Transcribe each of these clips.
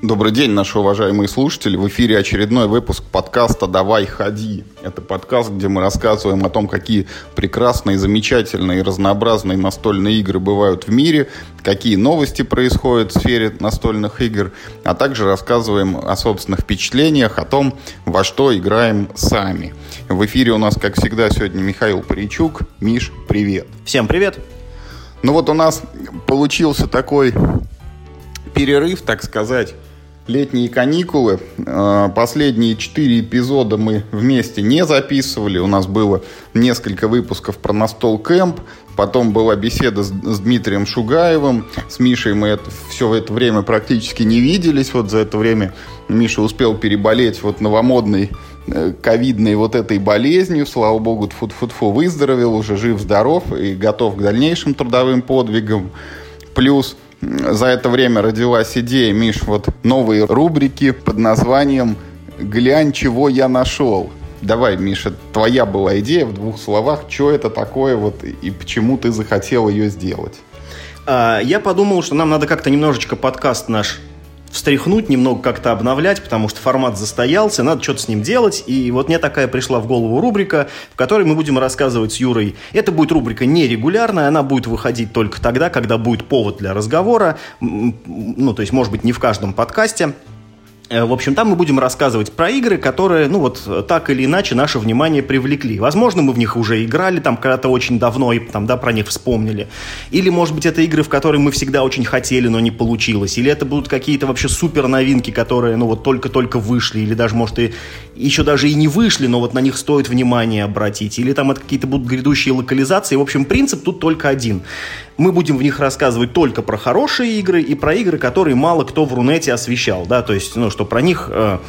Добрый день, наши уважаемые слушатели. В эфире очередной выпуск подкаста «Давай, ходи». Это подкаст, где мы рассказываем о том, какие прекрасные, замечательные и разнообразные настольные игры бывают в мире, какие новости происходят в сфере настольных игр, а также рассказываем о собственных впечатлениях, о том, во что играем сами. В эфире у нас, как всегда, сегодня Михаил Паричук. Миш, привет. Всем привет. Ну вот у нас получился такой перерыв, так сказать. Летние каникулы. Последние 4 эпизода мы вместе не записывали. У нас было несколько выпусков про Настол Кэмп. Потом была беседа с Дмитрием Шугаевым. С Мишей мы все это время практически не виделись. Вот за это время Миша успел переболеть вот новомодной ковидной вот этой болезнью. Слава богу, тфу-тфу-тфу, выздоровел, уже жив-здоров и готов к дальнейшим трудовым подвигам. Плюс за это время родилась идея, Миш, вот новые рубрики под названием «Глянь, чего я нашел». Давай, Миша, твоя была идея в 2 словах, что это такое вот и почему ты захотел ее сделать? Я подумал, что нам надо как-то немножечко подкаст наш встряхнуть, немного как-то обновлять, потому что формат застоялся, надо что-то с ним делать. И вот мне такая пришла в голову рубрика, в которой мы будем рассказывать с Юрой. Это будет рубрика нерегулярная, она будет выходить только тогда, когда будет повод для разговора. Ну, то есть, может быть, не в каждом подкасте. В общем, там мы будем рассказывать про игры, которые, ну вот, так или иначе наше внимание привлекли. Возможно, мы в них уже играли, там, когда-то очень давно, и там, да, про них вспомнили. Или, может быть, это игры, в которые мы всегда очень хотели, но не получилось. Или это будут какие-то вообще супер новинки, которые, ну вот, только-только вышли. Или даже, может, и еще даже и не вышли, но вот на них стоит внимание обратить. Или там это какие-то будут грядущие локализации. В общем, принцип тут только один. Мы будем в них рассказывать только про хорошие игры и про игры, которые мало кто в Рунете освещал, да, то есть, ну, что про них,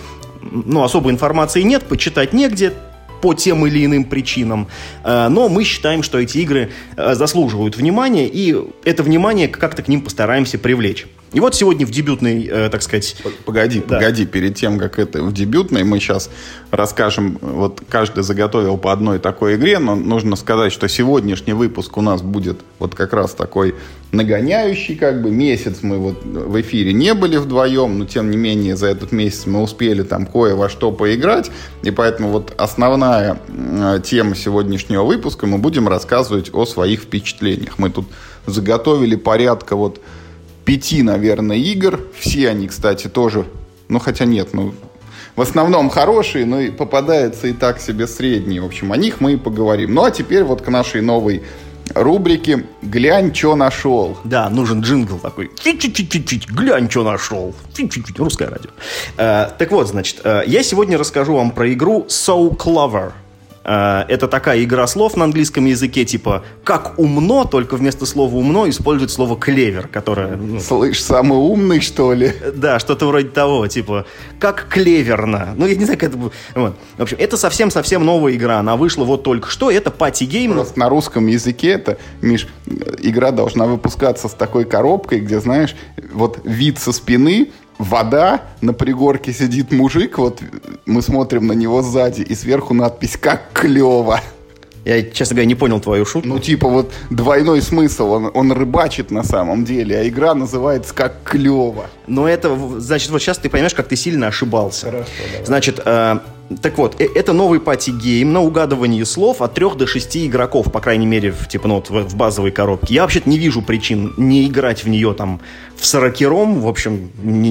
особой информации нет, почитать негде по тем или иным причинам, но мы считаем, что эти игры заслуживают внимания, и это внимание как-то к ним постараемся привлечь. И вот сегодня в дебютной, так сказать... Погоди, перед тем, как это в дебютной, мы сейчас расскажем, вот каждый заготовил по одной такой игре, но нужно сказать, что сегодняшний выпуск у нас будет вот как раз такой нагоняющий, как бы, месяц мы вот в эфире не были вдвоем, но тем не менее за этот месяц мы успели там кое во что поиграть, и поэтому вот основная тема сегодняшнего выпуска, мы будем рассказывать о своих впечатлениях. Мы тут заготовили порядка вот 5, наверное, игр. Все они, кстати, тоже... Ну, хотя нет, в основном хорошие, но и попадаются и так себе средние. В общем, о них мы и поговорим. Ну, а теперь вот к нашей новой рубрике «Глянь, что нашел». Да, нужен джингл такой. Глянь, что нашел. Русское радио. Так вот, значит, я сегодня расскажу вам про игру So Clever. Это такая игра слов на английском языке, типа «как умно», только вместо слова «умно» используют слово «клевер», которое... Слышь, самый умный, что ли? Да, что-то вроде того, типа «как клеверно». Ну, я не знаю, как это... Вот. В общем, это совсем-совсем новая игра, она вышла вот только что, это пати-гейм. Просто на русском языке это, Миш, игра должна выпускаться с такой коробкой, где, знаешь, вот вид со спины... Вода, на пригорке сидит мужик, вот мы смотрим на него сзади, и сверху надпись «Как клево». Я, честно говоря, не понял твою шутку. Ну, типа вот двойной смысл, он рыбачит на самом деле, а игра называется «Как клево». Но это, значит, вот сейчас ты поймешь, как ты сильно ошибался. Хорошо, давай. Значит, так вот, это новый пати-гейм на угадывание слов от 3 до 6 игроков, по крайней мере, в базовой коробке. Я вообще-то не вижу причин не играть в нее там в 40-ром. В общем,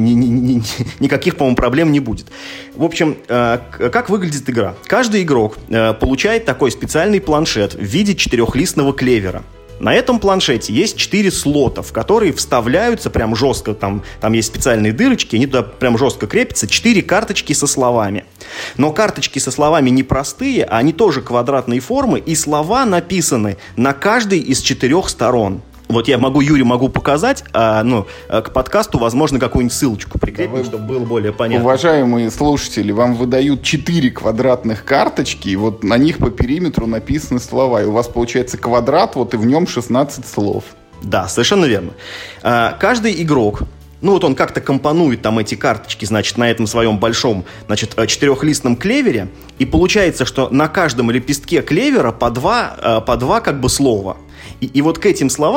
никаких, по-моему, проблем не будет. В общем, как выглядит игра? Каждый игрок получает такой специальный планшет в виде 4-листного клевера. На этом планшете есть 4 слота, в которые вставляются прям жестко, там есть специальные дырочки, они туда прям жестко крепятся, 4 карточки со словами. Но карточки со словами не простые, а они тоже квадратной формы, и слова написаны на каждой из 4 сторон. Вот я Юре могу показать, к подкасту, возможно, какую-нибудь ссылочку прикрепить, чтобы было более понятно. Уважаемые слушатели, вам выдают 4 квадратных карточки, и вот на них по периметру написаны слова. И у вас получается квадрат, вот и в нем 16 слов. Да, совершенно верно. Каждый игрок, он как-то компонует там эти карточки, значит, на этом своем большом, значит, 4-листном клевере, и получается, что на каждом лепестке клевера по два как бы слова. И вот к этим словам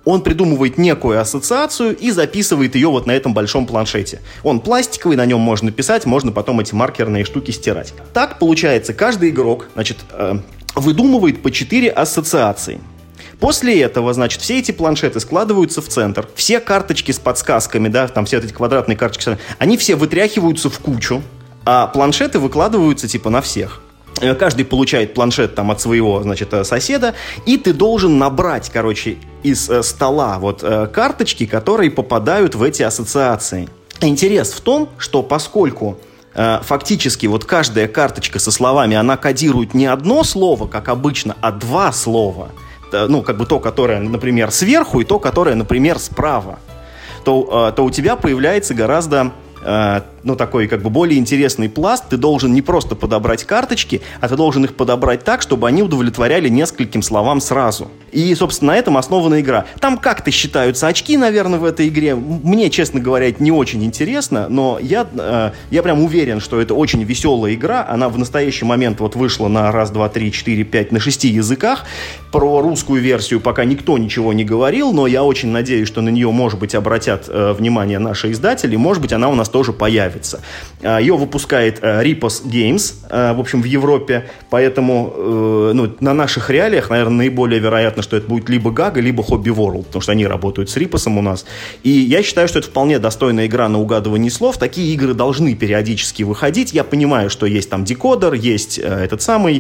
он придумывает некую ассоциацию и записывает ее вот на этом большом планшете. Он пластиковый, на нем можно писать, можно потом эти маркерные штуки стирать. Так получается, каждый игрок, значит, выдумывает по 4 ассоциации. После этого, значит, все эти планшеты складываются в центр. Все карточки с подсказками, да, там все эти квадратные карточки, они все вытряхиваются в кучу, а планшеты выкладываются типа на всех. Каждый получает планшет там от своего, значит, соседа, и ты должен набрать, короче, из стола вот карточки, которые попадают в эти ассоциации. Интерес в том, что поскольку фактически вот каждая карточка со словами, она кодирует не одно слово, как обычно, а 2 слова, ну, как бы то, которое, например, сверху, и то, которое, например, справа, то у тебя появляется гораздо ну, такой как бы более интересный пласт. Ты должен не просто подобрать карточки, а ты должен их подобрать так, чтобы они удовлетворяли нескольким словам сразу. И, собственно, на этом основана игра. Там как-то считаются очки, наверное, в этой игре. Мне, честно говоря, это не очень интересно, но я прям уверен, что это очень веселая игра. Она в настоящий момент вот вышла на 1, 2, 3, 4, 5, на 6 языках. Про русскую версию пока никто ничего не говорил, но я очень надеюсь, что на нее, может быть, обратят внимание наши издатели. Может быть, она у нас тоже появится. Ее выпускает Repos Games, в общем, в Европе, поэтому на наших реалиях, наверное, наиболее вероятно, что это будет либо Gaga, либо Hobby World, потому что они работают с Repos у нас. И я считаю, что это вполне достойная игра на угадывание слов. Такие игры должны периодически выходить. Я понимаю, что есть там декодер, есть этот самый,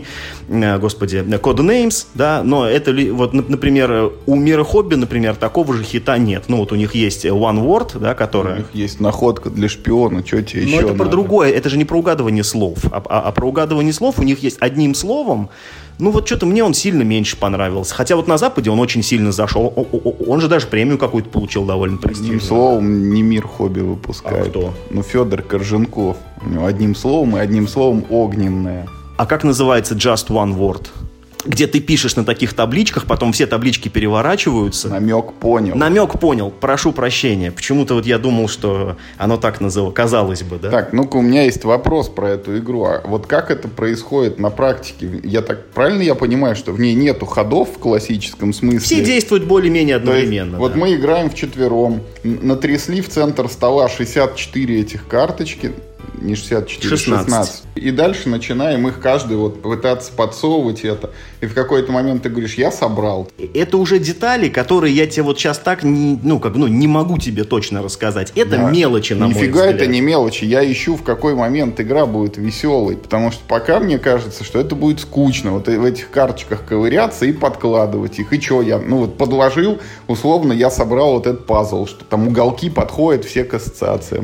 Codenames, да, но это, вот, например, у Мира Хобби, например, такого же хита нет. Ну, вот у них есть One Word, да, которая... У них есть находка для шпиона, что тебе еще это надо? Про другое, это же не про угадывание слов, а про угадывание слов у них есть одним словом. Ну вот что-то мне он сильно меньше понравился. Хотя вот на Западе он очень сильно зашел. Он же даже премию какую-то получил довольно престижную. Одним словом, не Мир Хобби выпускает. А кто? Ну, Федор Корженков. У него одним словом огненное. А как называется Just One Word? Где ты пишешь на таких табличках, потом все таблички переворачиваются. Намек понял. Намек понял, прошу прощения. Почему-то вот я думал, что оно так называлось, казалось бы, да? Так, ну-ка, у меня есть вопрос про эту игру. А вот как это происходит на практике? Правильно я понимаю, что в ней нету ходов в классическом смысле? Все действуют более-менее одновременно. То есть, вот мы играем вчетвером, натрясли в центр стола 64 этих карточки, не 64, 16. И дальше начинаем их каждый вот пытаться подсовывать это. И в какой-то момент ты говоришь, я собрал. Это уже детали, которые я тебе вот сейчас так не могу тебе точно рассказать. Это мелочи, на мой взгляд. Нифига это не мелочи. Я ищу, в какой момент игра будет веселой. Потому что пока мне кажется, что это будет скучно. Вот в этих карточках ковыряться и подкладывать их. И что я, подложил, условно, я собрал вот этот пазл, что там уголки подходят все к ассоциациям.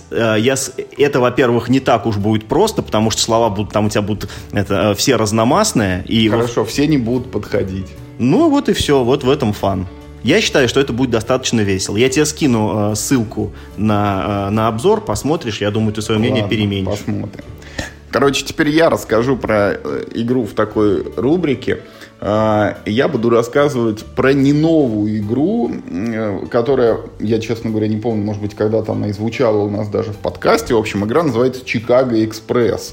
Это, во-первых, не так уж будет просто, потому что слова будут там у тебя будут все разномастные. И хорошо, все не будут подходить. Ну вот и все, вот в этом фан. Я считаю, что это будет достаточно весело. Я тебе скину ссылку на обзор, посмотришь, я думаю, ты свое мнение переменишь. Посмотрим. Короче, теперь я расскажу про игру в такой рубрике. Я буду рассказывать про не новую игру, которая, я, честно говоря, не помню, может быть, когда-то она и звучала у нас даже в подкасте. В общем, игра называется «Чикаго Экспресс».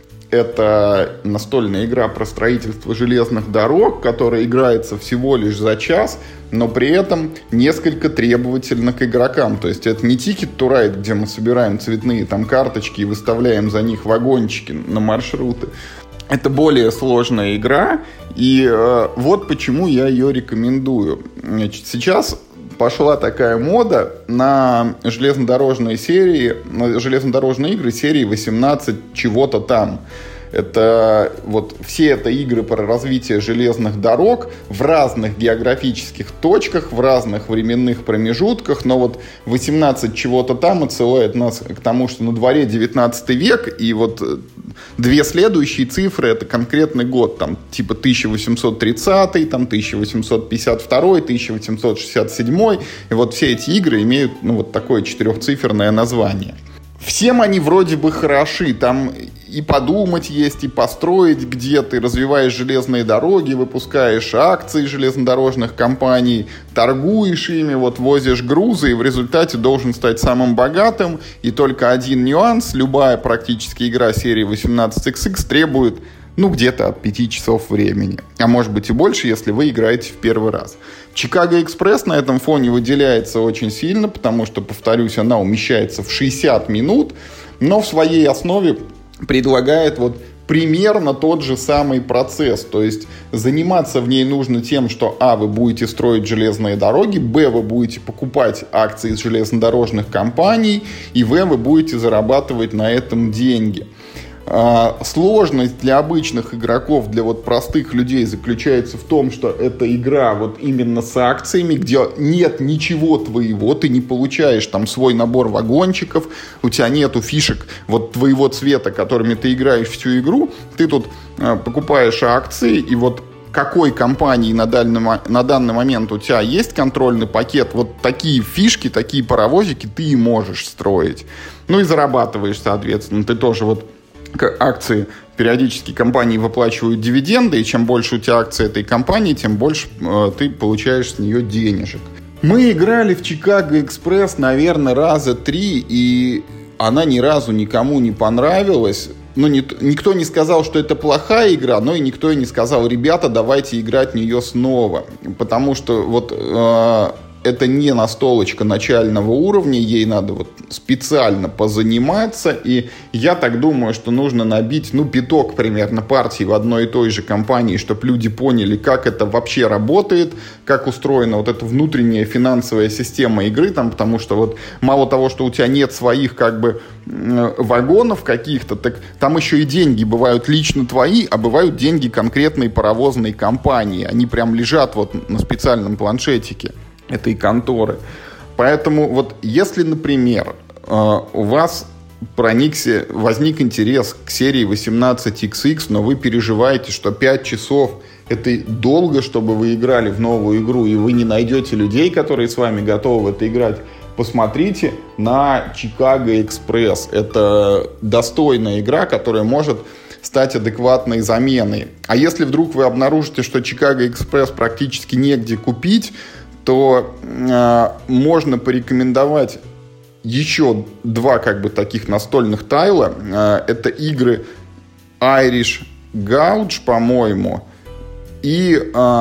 Это настольная игра про строительство железных дорог, которая играется всего лишь за час, но при этом несколько требовательна к игрокам. То есть это не Ticket to Ride, где мы собираем цветные там карточки и выставляем за них вагончики на маршруты. Это более сложная игра, и вот почему я ее рекомендую. Значит, сейчас пошла такая мода на железнодорожные серии, на железнодорожные игры серии 18 чего-то там. Это вот все это игры про развитие железных дорог в разных географических точках, в разных временных промежутках, но вот 18 чего-то там отсылает нас к тому, что на дворе 19 век, и вот две следующие цифры — это конкретный год, там типа 1830, там 1852, 1867, и вот все эти игры имеют вот такое четырехциферное название. Всем они вроде бы хороши, там и подумать есть, и построить где-то, и развиваешь железные дороги, выпускаешь акции железнодорожных компаний, торгуешь ими, вот возишь грузы, и в результате должен стать самым богатым. И только один нюанс: любая практически игра серии 18XX требует где-то от 5 часов времени. А может быть и больше, если вы играете в первый раз. Чикаго Экспресс на этом фоне выделяется очень сильно, потому что, повторюсь, она умещается в 60 минут, но в своей основе предлагает примерно тот же самый процесс. То есть заниматься в ней нужно тем, что вы будете строить железные дороги, вы будете покупать акции железнодорожных компаний, и вы будете зарабатывать на этом деньги. Сложность для обычных игроков, для простых людей заключается в том, что это игра именно с акциями, где нет ничего твоего, ты не получаешь там свой набор вагончиков, у тебя нету фишек твоего цвета, которыми ты играешь всю игру, ты тут покупаешь акции, и какой компании на данный момент у тебя есть контрольный пакет, такие фишки, такие паровозики ты и можешь строить. И зарабатываешь, соответственно, ты тоже акции периодически компании выплачивают дивиденды, и чем больше у тебя акций этой компании, тем больше ты получаешь с нее денежек. Мы играли в Чикаго Экспресс, наверное, раза 3, и она ни разу никому не понравилась. Никто не сказал, что это плохая игра, но и никто и не сказал: ребята, давайте играть в нее снова. Потому что это не настолочка начального уровня, ей надо специально позаниматься, и я так думаю, что нужно набить, пяток примерно партий в одной и той же компании, чтобы люди поняли, как это вообще работает, как устроена эта внутренняя финансовая система игры, потому что мало того, что у тебя нет своих вагонов каких-то, так там еще и деньги бывают лично твои, а бывают деньги конкретной паровозной компании, они прям лежат на специальном планшетике этой конторы. Поэтому если, например, у вас возник интерес к серии 18XX, но вы переживаете, что 5 часов это долго, чтобы вы играли в новую игру, и вы не найдете людей, которые с вами готовы в это играть, посмотрите на Чикаго Экспресс. Это достойная игра, которая может стать адекватной заменой. А если вдруг вы обнаружите, что Чикаго Экспресс практически негде купить, то можно порекомендовать еще 2 таких настольных тайла. Это игры Irish Gouge, по-моему, и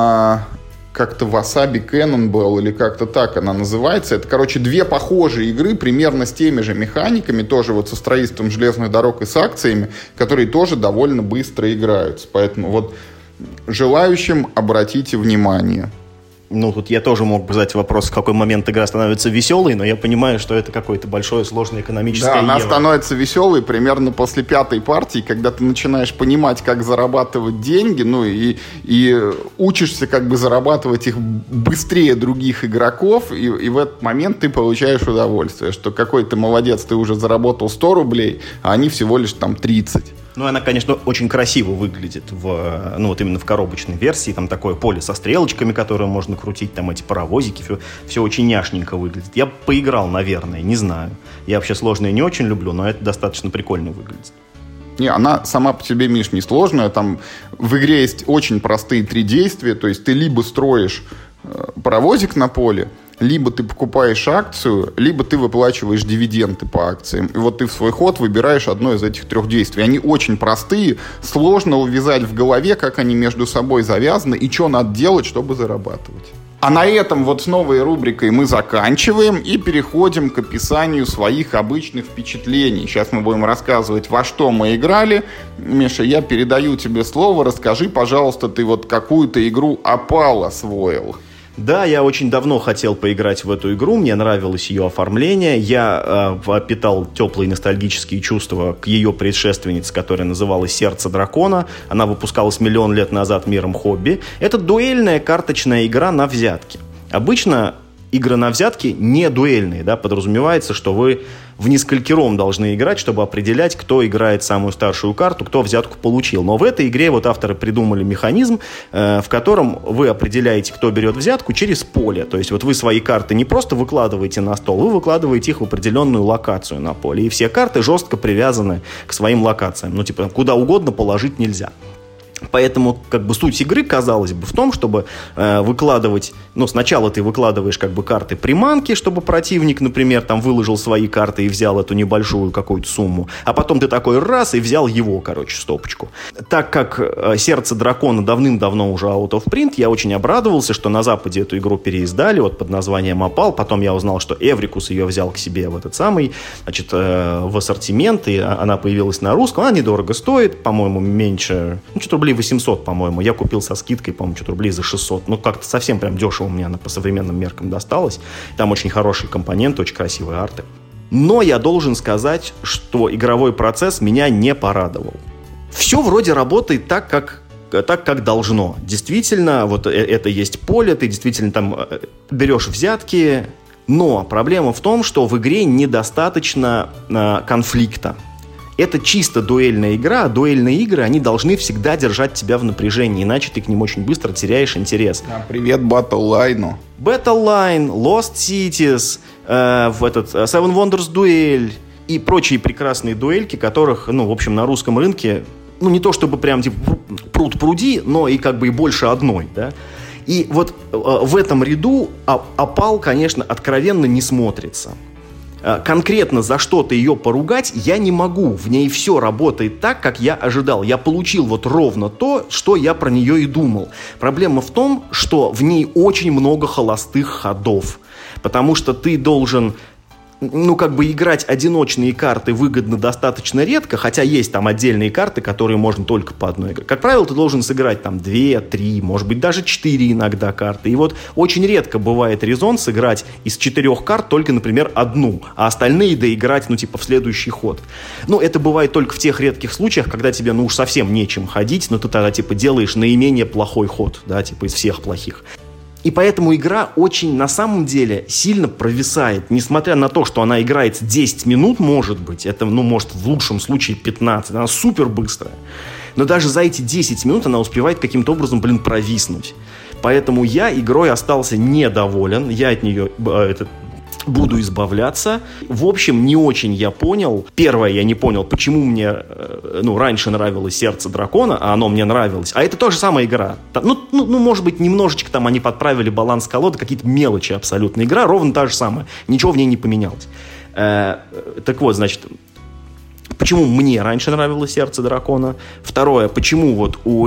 как-то Wasabi Cannonball, или как-то так она называется. Это, 2 похожие игры, примерно с теми же механиками, тоже со строительством железных дорог и с акциями, которые тоже довольно быстро играются. Поэтому желающим обратите внимание. Тут я тоже мог бы задать вопрос, в какой момент игра становится веселой, но я понимаю, что это какое-то большое сложное экономическое она становится веселой примерно после 5-й партии, когда ты начинаешь понимать, как зарабатывать деньги, и учишься зарабатывать их быстрее других игроков, и в этот момент ты получаешь удовольствие, что какой ты молодец, ты уже заработал 100 рублей, а они всего лишь 30. Она, конечно, очень красиво выглядит именно в коробочной версии. Там такое поле со стрелочками, которые можно крутить, там эти паровозики, все очень няшненько выглядит. Я поиграл, наверное, не знаю. Я вообще сложное не очень люблю, но это достаточно прикольно выглядит. Она сама по себе, Миш, не сложная. Там в игре есть очень простые 3 действия. То есть ты либо строишь паровозик на поле, либо ты покупаешь акцию, либо ты выплачиваешь дивиденды по акциям. И ты в свой ход выбираешь одно из этих 3 действий. Они очень простые, сложно увязать в голове, как они между собой завязаны и что надо делать, чтобы зарабатывать. А на этом с новой рубрикой мы заканчиваем и переходим к описанию своих обычных впечатлений. Сейчас мы будем рассказывать, во что мы играли. Миша, я передаю тебе слово. Расскажи, пожалуйста, ты какую-то игру опал освоил. Да, я очень давно хотел поиграть в эту игру, мне нравилось ее оформление, я питал теплые ностальгические чувства к ее предшественнице, которая называлась «Сердце дракона», она выпускалась миллион лет назад миром хобби. Это дуэльная карточная игра на взятки. Обычно игры на взятки не дуэльные, подразумевается, что вы в несколькером должны играть, чтобы определять, кто играет самую старшую карту, кто взятку получил. Но в этой игре авторы придумали механизм, в котором вы определяете, кто берет взятку через поле. То есть вы свои карты не просто выкладываете на стол, вы выкладываете их в определенную локацию на поле. И все карты жестко привязаны к своим локациям. Куда угодно положить нельзя. Поэтому, как бы, суть игры, казалось бы, в том, чтобы выкладывать... Ну, сначала ты выкладываешь, как бы, карты приманки, чтобы противник, например, там, выложил свои карты и взял эту небольшую какую-то сумму. А потом ты такой раз и взял его, короче, стопочку. Так как «Сердце дракона» давным-давно уже out of print, я очень обрадовался, что на Западе эту игру переиздали, вот, под названием «Опал». Потом я узнал, что Эврикус ее взял к себе в этот самый, значит, в ассортимент, и она появилась на русском. Она недорого стоит, по-моему, меньше... Ну, что-то рублей 800, по-моему. Я купил со скидкой, по-моему, что-то рублей за 600. Ну, как-то совсем прям дешево у меня она по современным меркам досталась. Там очень хорошие компоненты, очень красивые арты. Но я должен сказать, что игровой процесс меня не порадовал. Все вроде работает так, как должно. Действительно, вот это есть поле, ты действительно там берешь взятки. Но проблема в том, что в игре недостаточно конфликта. Это чисто дуэльная игра, а дуэльные игры, они должны всегда держать тебя в напряжении, иначе ты к ним очень быстро теряешь интерес. Привет Battleline. Battleline, Lost Cities, Seven Wonders Duel и прочие прекрасные дуэльки, которых, ну, в общем, на русском рынке, ну, не то чтобы прям типа пруд-пруди, но и как бы и больше одной, да. И вот в этом ряду Опал, конечно, откровенно не смотрится. Конкретно за что-то ее поругать я не могу. В ней все работает так, как я ожидал. Я получил вот ровно то, что я про нее и думал. Проблема в том, что в ней очень много холостых ходов. Потому что ты должен... Ну, как бы играть одиночные карты выгодно достаточно редко, хотя есть там отдельные карты, которые можно только по одной игре. Как правило, ты должен сыграть там 2, 3, может быть, даже 4 иногда карты. И вот очень редко бывает резон сыграть из 4 карт только, например, одну, а остальные доиграть, ну, типа, в следующий ход. Ну, это бывает только в тех редких случаях, когда тебе, ну, уж совсем нечем ходить, но ты тогда, типа, делаешь наименее плохой ход, да, типа, из всех плохих. И поэтому игра очень, на самом деле, сильно провисает. Несмотря на то, что она играется 10 минут, может быть, это, ну, может, в лучшем случае 15, она супер быстрая. Но даже за эти 10 минут она успевает каким-то образом, провиснуть. Поэтому я игрой остался недоволен, я от нее буду избавляться. В общем, не очень я понял. Первое, я не понял, почему мне раньше нравилось «Сердце дракона», а оно мне нравилось. А это тоже самая игра. Ну, может быть, немножечко там они подправили баланс колоды, какие-то мелочи абсолютно. Игра ровно та же самая. Ничего в ней не поменялось. Так вот, значит, почему мне раньше нравилось «Сердце дракона». Второе, почему вот у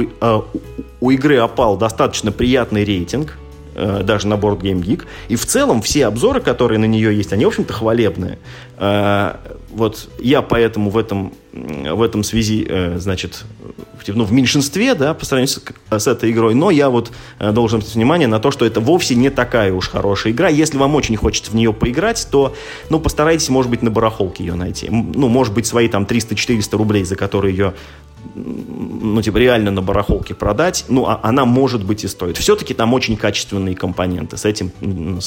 игры «Опал» достаточно приятный рейтинг, даже на Board Game Geek. И в целом все обзоры, которые на нее есть, они, в общем-то, хвалебные. Вот я поэтому в этом связи, значит, в меньшинстве, да, по сравнению с этой игрой, но я вот должен обратить внимание на то, что это вовсе не такая уж хорошая игра. Если вам очень хочется в нее поиграть, то, ну, постарайтесь, может быть, на барахолке ее найти. Ну, может быть, свои там 300-400 рублей, за которые ее, ну, типа, реально на барахолке продать, ну, она, может быть, и стоит. Все-таки там очень качественные компоненты. С этим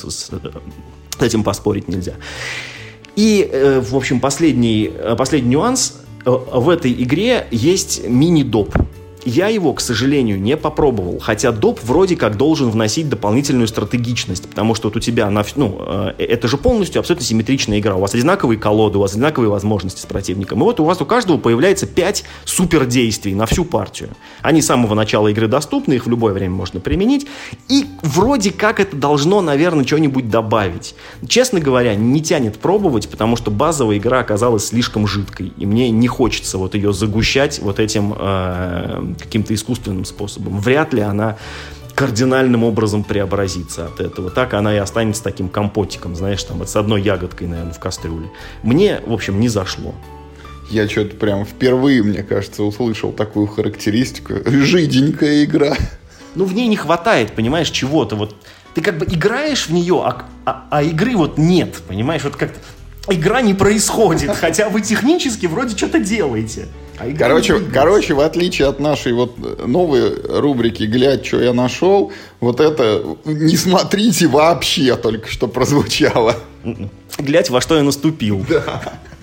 поспорить нельзя. И, в общем, последний нюанс. В этой игре есть мини-доп. Я его, к сожалению, не попробовал, хотя доп вроде как должен вносить дополнительную стратегичность, потому что вот у тебя, это же полностью абсолютно симметричная игра. У вас одинаковые колоды, у вас одинаковые возможности с противником. И вот у вас у каждого появляется 5 супердействий на всю партию. Они с самого начала игры доступны, их в любое время можно применить. И вроде как это должно, наверное, что-нибудь добавить. Честно говоря, не тянет пробовать, потому что базовая игра оказалась слишком жидкой. И мне не хочется вот ее загущать вот этим каким-то искусственным способом. Вряд ли она кардинальным образом преобразится от этого. Так она и останется таким компотиком, знаешь, там, вот с одной ягодкой, наверное, в кастрюле. Мне, в общем, не зашло. Я что-то прям впервые, мне кажется, услышал такую характеристику. Жиденькая игра. Ну, в ней не хватает, понимаешь, чего-то. Вот ты как бы играешь в нее, а игры вот нет, понимаешь? Вот как-то игра не происходит, хотя вы технически вроде что-то делаете. Короче, в отличие от нашей вот новой рубрики «Глядь, что я нашел», вот это не смотрите вообще только что прозвучало. Глядь, во что я наступил. Да.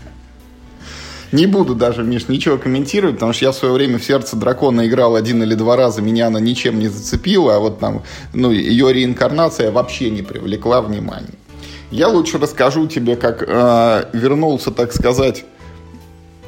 Не буду даже, Миш, ничего комментировать, потому что я в свое время в «Сердце дракона» играл 1 или 2 раза, меня она ничем не зацепила, а вот там, ее реинкарнация вообще не привлекла внимания. Я лучше расскажу тебе, как вернулся, так сказать,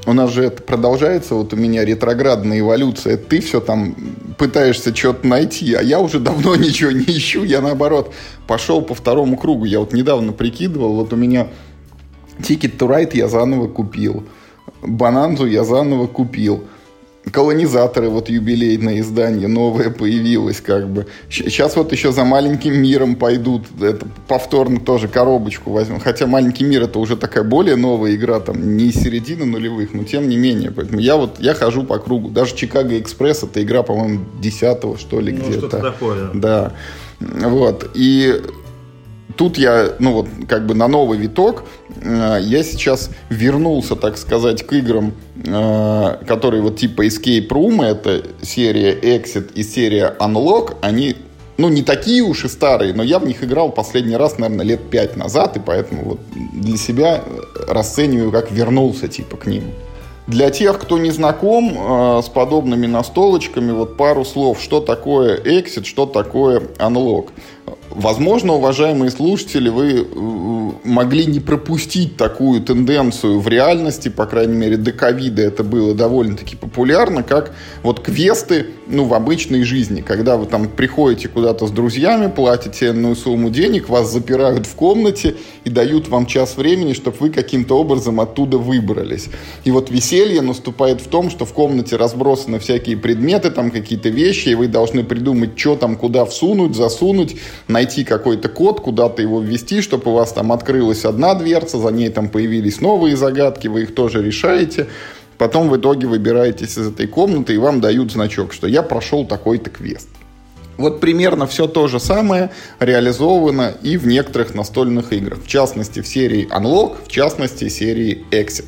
у нас же это продолжается, вот у меня ретроградная эволюция. Ты все там пытаешься что-то найти, а я уже давно ничего не ищу. Я, наоборот, пошел по второму кругу. Я вот недавно прикидывал, вот у меня Ticket to Ride я заново купил. Bonanza я заново купил. Колонизаторы, вот юбилейное издание новое появилось как бы. Сейчас вот еще за «Маленьким миром» пойдут. Это повторно тоже коробочку возьму. Хотя «Маленький мир» это уже такая более новая игра, там не из середины нулевых, но тем не менее. Поэтому я хожу по кругу. Даже «Чикаго Экспресс» это игра, по-моему, 10-го, что ли, где-то. Что-то такое. Да. Вот. И тут я, как бы на новый виток, я сейчас вернулся, так сказать, к играм, которые вот типа Escape Room, это серия Exit и серия Unlock, они, не такие уж и старые, но я в них играл последний раз, наверное, лет 5 назад, и поэтому вот для себя расцениваю, как вернулся типа к ним. Для тех, кто не знаком с подобными настолочками, вот пару слов, что такое Exit, что такое Unlock. Возможно, уважаемые слушатели, вы могли не пропустить такую тенденцию в реальности, по крайней мере, до ковида это было довольно-таки популярно, как вот квесты, в обычной жизни, когда вы там приходите куда-то с друзьями, платите энную сумму денег, вас запирают в комнате и дают вам час времени, чтобы вы каким-то образом оттуда выбрались. И вот веселье наступает в том, что в комнате разбросаны всякие предметы, там какие-то вещи, и вы должны придумать, что там куда всунуть, засунуть, найти какой-то код, куда-то его ввести, чтобы у вас там открылась одна дверца, за ней там появились новые загадки, вы их тоже решаете. Потом в итоге выбираетесь из этой комнаты, и вам дают значок, что я прошел такой-то квест. Вот примерно все то же самое реализовано и в некоторых настольных играх. В частности, в серии Unlock, в частности, серии Exit.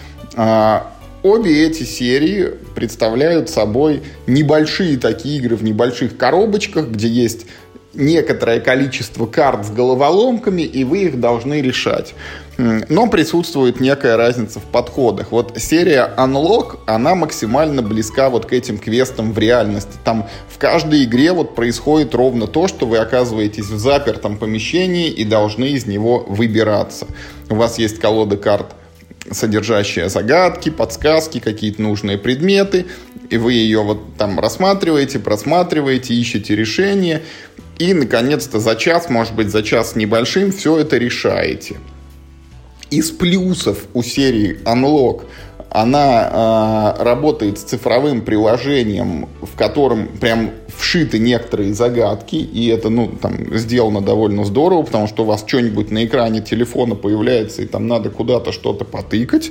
Обе эти серии представляют собой небольшие такие игры в небольших коробочках, где есть некоторое количество карт с головоломками, и вы их должны решать. Но присутствует некая разница в подходах. Вот серия Unlock, она максимально близка вот к этим квестам в реальности. Там в каждой игре вот происходит ровно то, что вы оказываетесь в запертом помещении и должны из него выбираться. У вас есть колода карт, содержащая загадки, подсказки, какие-то нужные предметы, и вы ее вот там рассматриваете, просматриваете, ищете решение, и, наконец-то, за час, может быть, за час с небольшим, все это решаете. Из плюсов у серии Unlock она работает с цифровым приложением, в котором прям вшиты некоторые загадки, и это, сделано довольно здорово, потому что у вас что-нибудь на экране телефона появляется, и там надо куда-то что-то потыкать.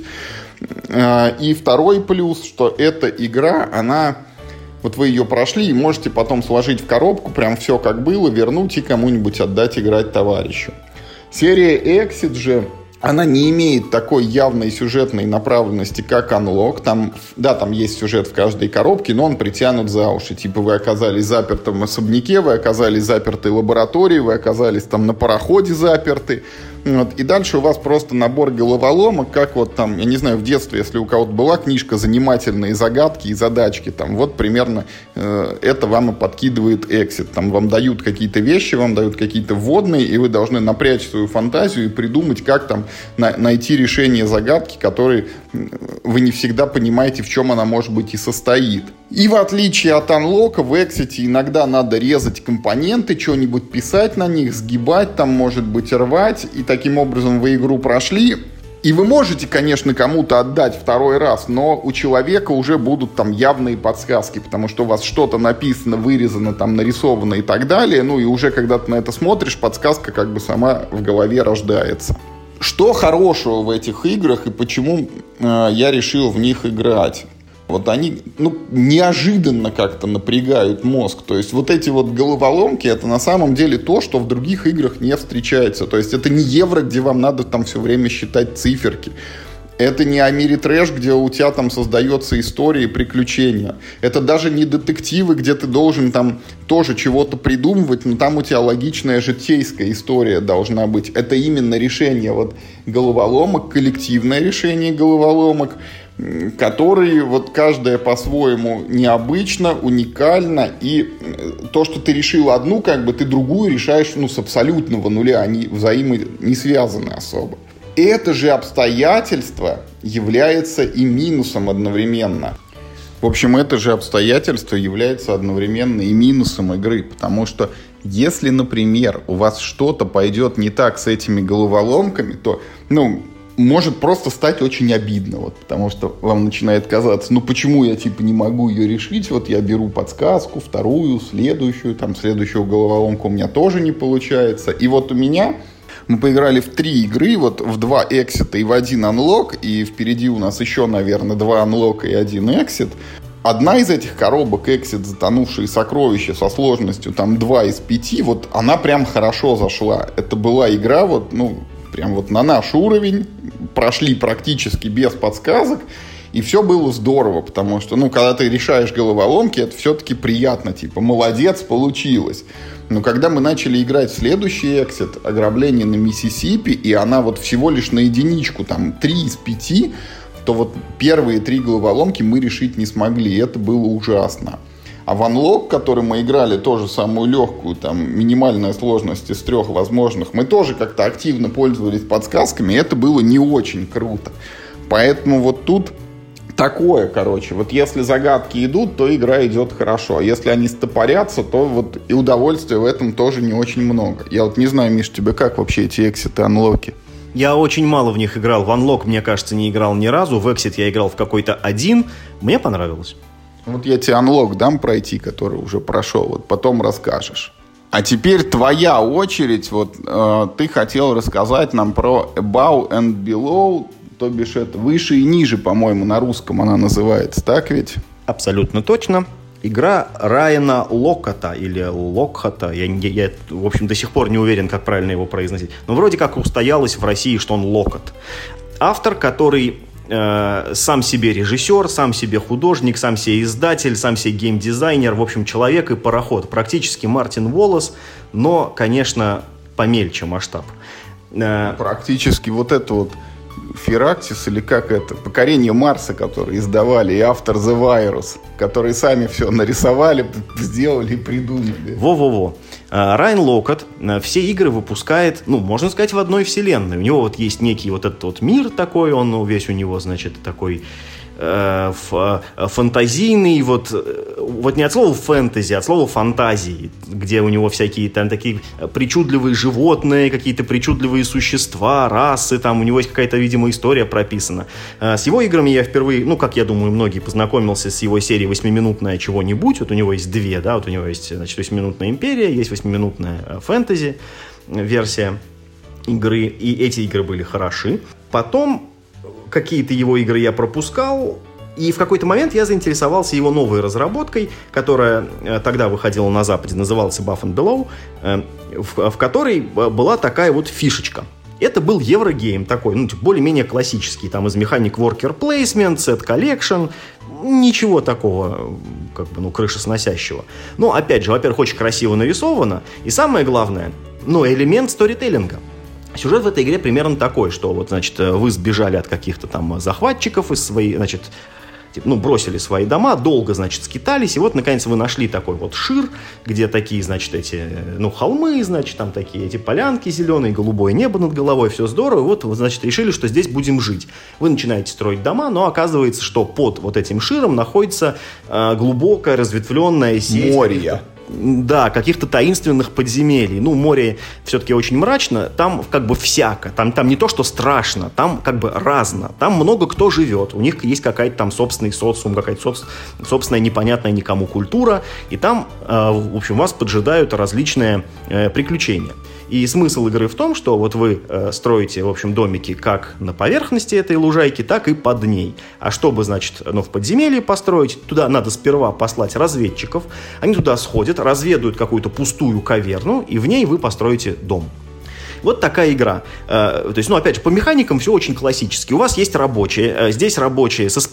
И второй плюс, что эта игра, она... Вот вы ее прошли и можете потом сложить в коробку, прям все как было, вернуть и кому-нибудь отдать играть товарищу. Серия Exit же, она не имеет такой явной сюжетной направленности, как Unlock. Там есть сюжет в каждой коробке, но он притянут за уши. Типа вы оказались запертым в особняке, вы оказались заперты в лаборатории, вы оказались там на пароходе заперты. Вот. И дальше у вас просто набор головоломок, как вот там, я не знаю, в детстве, если у кого-то была книжка «Занимательные загадки и задачки», там вот примерно это вам и подкидывает Exit. Там вам дают какие-то вещи, вам дают какие-то вводные, и вы должны напрячь свою фантазию и придумать, как там найти решение загадки, которые вы не всегда понимаете, в чем она, может быть, и состоит. И в отличие от Unlock, в Exit иногда надо резать компоненты, что-нибудь писать на них, сгибать, там, может быть, рвать, и таким образом вы игру прошли. И вы можете, конечно, кому-то отдать второй раз, но у человека уже будут там явные подсказки, потому что у вас что-то написано, вырезано, там нарисовано и так далее. И уже когда ты на это смотришь, подсказка как бы сама в голове рождается. Что хорошего в этих играх и почему я решил в них играть? Вот они неожиданно как-то напрягают мозг. То есть вот эти вот головоломки, это на самом деле то, что в других играх не встречается. То есть это не Евро, где вам надо там все время считать циферки. Это не Америтрэш, где у тебя там создается история и приключения. Это даже не детективы, где ты должен там тоже чего-то придумывать, но там у тебя логичная житейская история должна быть. Это именно решение вот головоломок, коллективное решение головоломок, которые вот каждая по-своему необычно, уникально, и то, что ты решил одну, как бы ты другую решаешь с абсолютного нуля, они взаимно не связаны особо. это же обстоятельство является и минусом одновременно. В общем, это же обстоятельство является одновременно и минусом игры, потому что если, например, у вас что-то пойдет не так с этими головоломками, то, может просто стать очень обидно, потому что вам начинает казаться, почему я не могу ее решить, я беру подсказку, вторую, следующую, следующую головоломку у меня тоже не получается. И у меня мы поиграли в 3 игры, в 2 эксита и в 1 анлок, и впереди у нас еще, наверное, 2 анлока и 1 эксит. Одна из этих коробок, эксит «Затонувшие сокровища» со сложностью 2 из 5, она прям хорошо зашла. Это была игра, прям на наш уровень, прошли практически без подсказок, и все было здорово, потому что, когда ты решаешь головоломки, это все-таки приятно, молодец, получилось. Но когда мы начали играть в следующий эксит, ограбление на Миссисипи, и она всего лишь на единичку, 3 из 5, то первые 3 головоломки мы решить не смогли, и это было ужасно. А в Unlock, который мы играли, тоже самую легкую, минимальная сложность из 3 возможных, мы тоже как-то активно пользовались подсказками, и это было не очень круто. Поэтому тут такое, если загадки идут, то игра идет хорошо. А если они стопорятся, то и удовольствия в этом тоже не очень много. Я не знаю, Миш, тебе как вообще эти экситы, анлоки? Я очень мало в них играл. В Unlock, мне кажется, не играл ни разу. В Exit я играл в какой-то 1. Мне понравилось. Я тебе Unlock дам пройти, который уже прошел. Потом расскажешь. А теперь твоя очередь. Ты хотел рассказать нам про Above and Below, то бишь это выше и ниже, по-моему, на русском она называется. Так ведь? Абсолютно точно. Игра Райана Локота или Локхота. Я, в общем, до сих пор не уверен, как правильно его произносить. Но вроде как устоялось в России, что он Локот. Автор, который сам себе режиссер, сам себе художник, сам себе издатель, сам себе геймдизайнер. В общем, человек и пароход. Практически Мартин Уоллес, но, конечно, помельче масштаб. Практически это Ферактис, или как это, «Покорение Марса», которые издавали, и автор The Virus, которые сами все нарисовали, сделали и придумали. Во-во-во. Райан Локот все игры выпускает, можно сказать, в одной вселенной. У него есть некий этот мир такой, он весь у него, такой фантазийный, не от слова фэнтези, а от слова фантазии, где у него всякие такие причудливые животные, какие-то причудливые существа, расы, у него есть какая-то, видимо, история прописана. С его играми я впервые, как я думаю, многие, познакомился с его серией «8-минутное чего-нибудь». У него есть 2, да, у него есть, 8-минутная империя, есть 8-минутная фэнтези версия игры, и эти игры были хороши. Потом какие-то его игры я пропускал, и в какой-то момент я заинтересовался его новой разработкой, которая тогда выходила на Западе, называлась Above and Below, в которой была такая фишечка. Это был еврогейм такой, более-менее классический, из механик worker placement, set collection, ничего такого, крышесносящего. Но, опять же, во-первых, очень красиво нарисовано, и самое главное, элемент сторителлинга. Сюжет в этой игре примерно такой, что вы сбежали от каких-то захватчиков из своей, бросили свои дома, долго, скитались, и наконец, вы нашли такой шир, где такие, эти, холмы, там такие эти полянки зеленые, голубое небо над головой, все здорово, вы, решили, что здесь будем жить. Вы начинаете строить дома, но оказывается, что под этим широм находится глубокая разветвленная сеть. Море. Да, каких-то таинственных подземелий. Море все-таки очень мрачно, там всяко, там не то, что страшно, там разно, там много кто живет, у них есть какая-то собственный социум, какая-то собственная непонятная никому культура, и там, в общем, вас поджидают различные приключения. И смысл игры в том, что вы строите, в общем, домики как на поверхности этой лужайки, так и под ней. А чтобы, в подземелье построить, туда надо сперва послать разведчиков. Они туда сходят, разведают какую-то пустую каверну, и в ней вы построите дом. Вот такая игра. То есть, опять же, по механикам все очень классически. У вас есть рабочие. Здесь рабочие со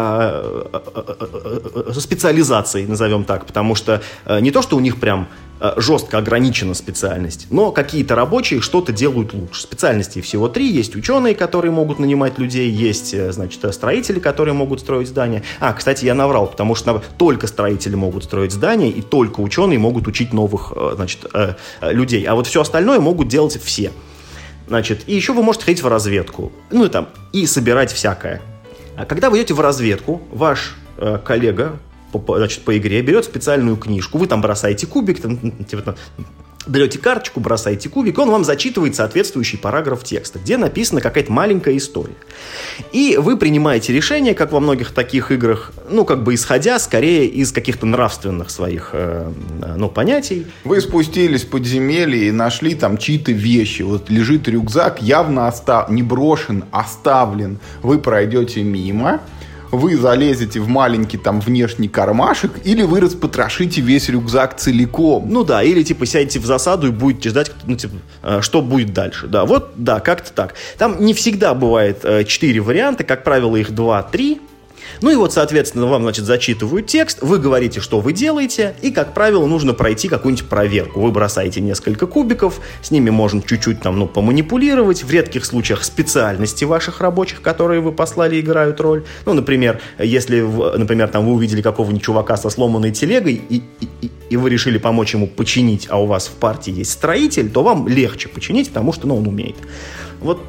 специализацией, назовем так, потому что не то, что у них прям жестко ограничена специальность, но какие-то рабочие что-то делают лучше. Специальностей всего 3. Есть ученые, которые могут нанимать людей, есть, строители, которые могут строить здания. Кстати, я наврал, потому что только строители могут строить здания, и только ученые могут учить новых, людей. А все остальное могут делать все. Значит, и еще вы можете ходить в разведку. Ну, и там, и собирать всякое. А когда вы идете в разведку, ваш коллега по игре берет специальную книжку, вы там бросаете кубик, там, типа, берете карточку, бросаете кубик, он вам зачитывает соответствующий параграф текста, где написана какая-то маленькая история. И вы принимаете решение, как во многих таких играх, ну, как бы исходя скорее из каких-то нравственных своих, понятий. Вы спустились в подземелье и нашли там чьи-то вещи. Вот лежит рюкзак, явно не брошен, оставлен. Вы пройдете мимо, вы залезете в маленький там внешний кармашек, или вы распотрошите весь рюкзак целиком. Ну да, или типа сядете в засаду и будете ждать, что будет дальше. Да, вот, да, как-то так. Там не всегда бывает 4 варианта, как правило, их 2-3. Ну и вот, соответственно, вам, значит, зачитывают текст, вы говорите, что вы делаете, и, как правило, нужно пройти какую-нибудь проверку. Вы бросаете несколько кубиков, с ними можно чуть-чуть там, поманипулировать. В редких случаях специальности ваших рабочих, которые вы послали, играют роль. Ну, например, если, там, вы увидели какого-нибудь чувака со сломанной телегой, и вы решили помочь ему починить, а у вас в партии есть строитель, то вам легче починить, потому что, он умеет. Вот,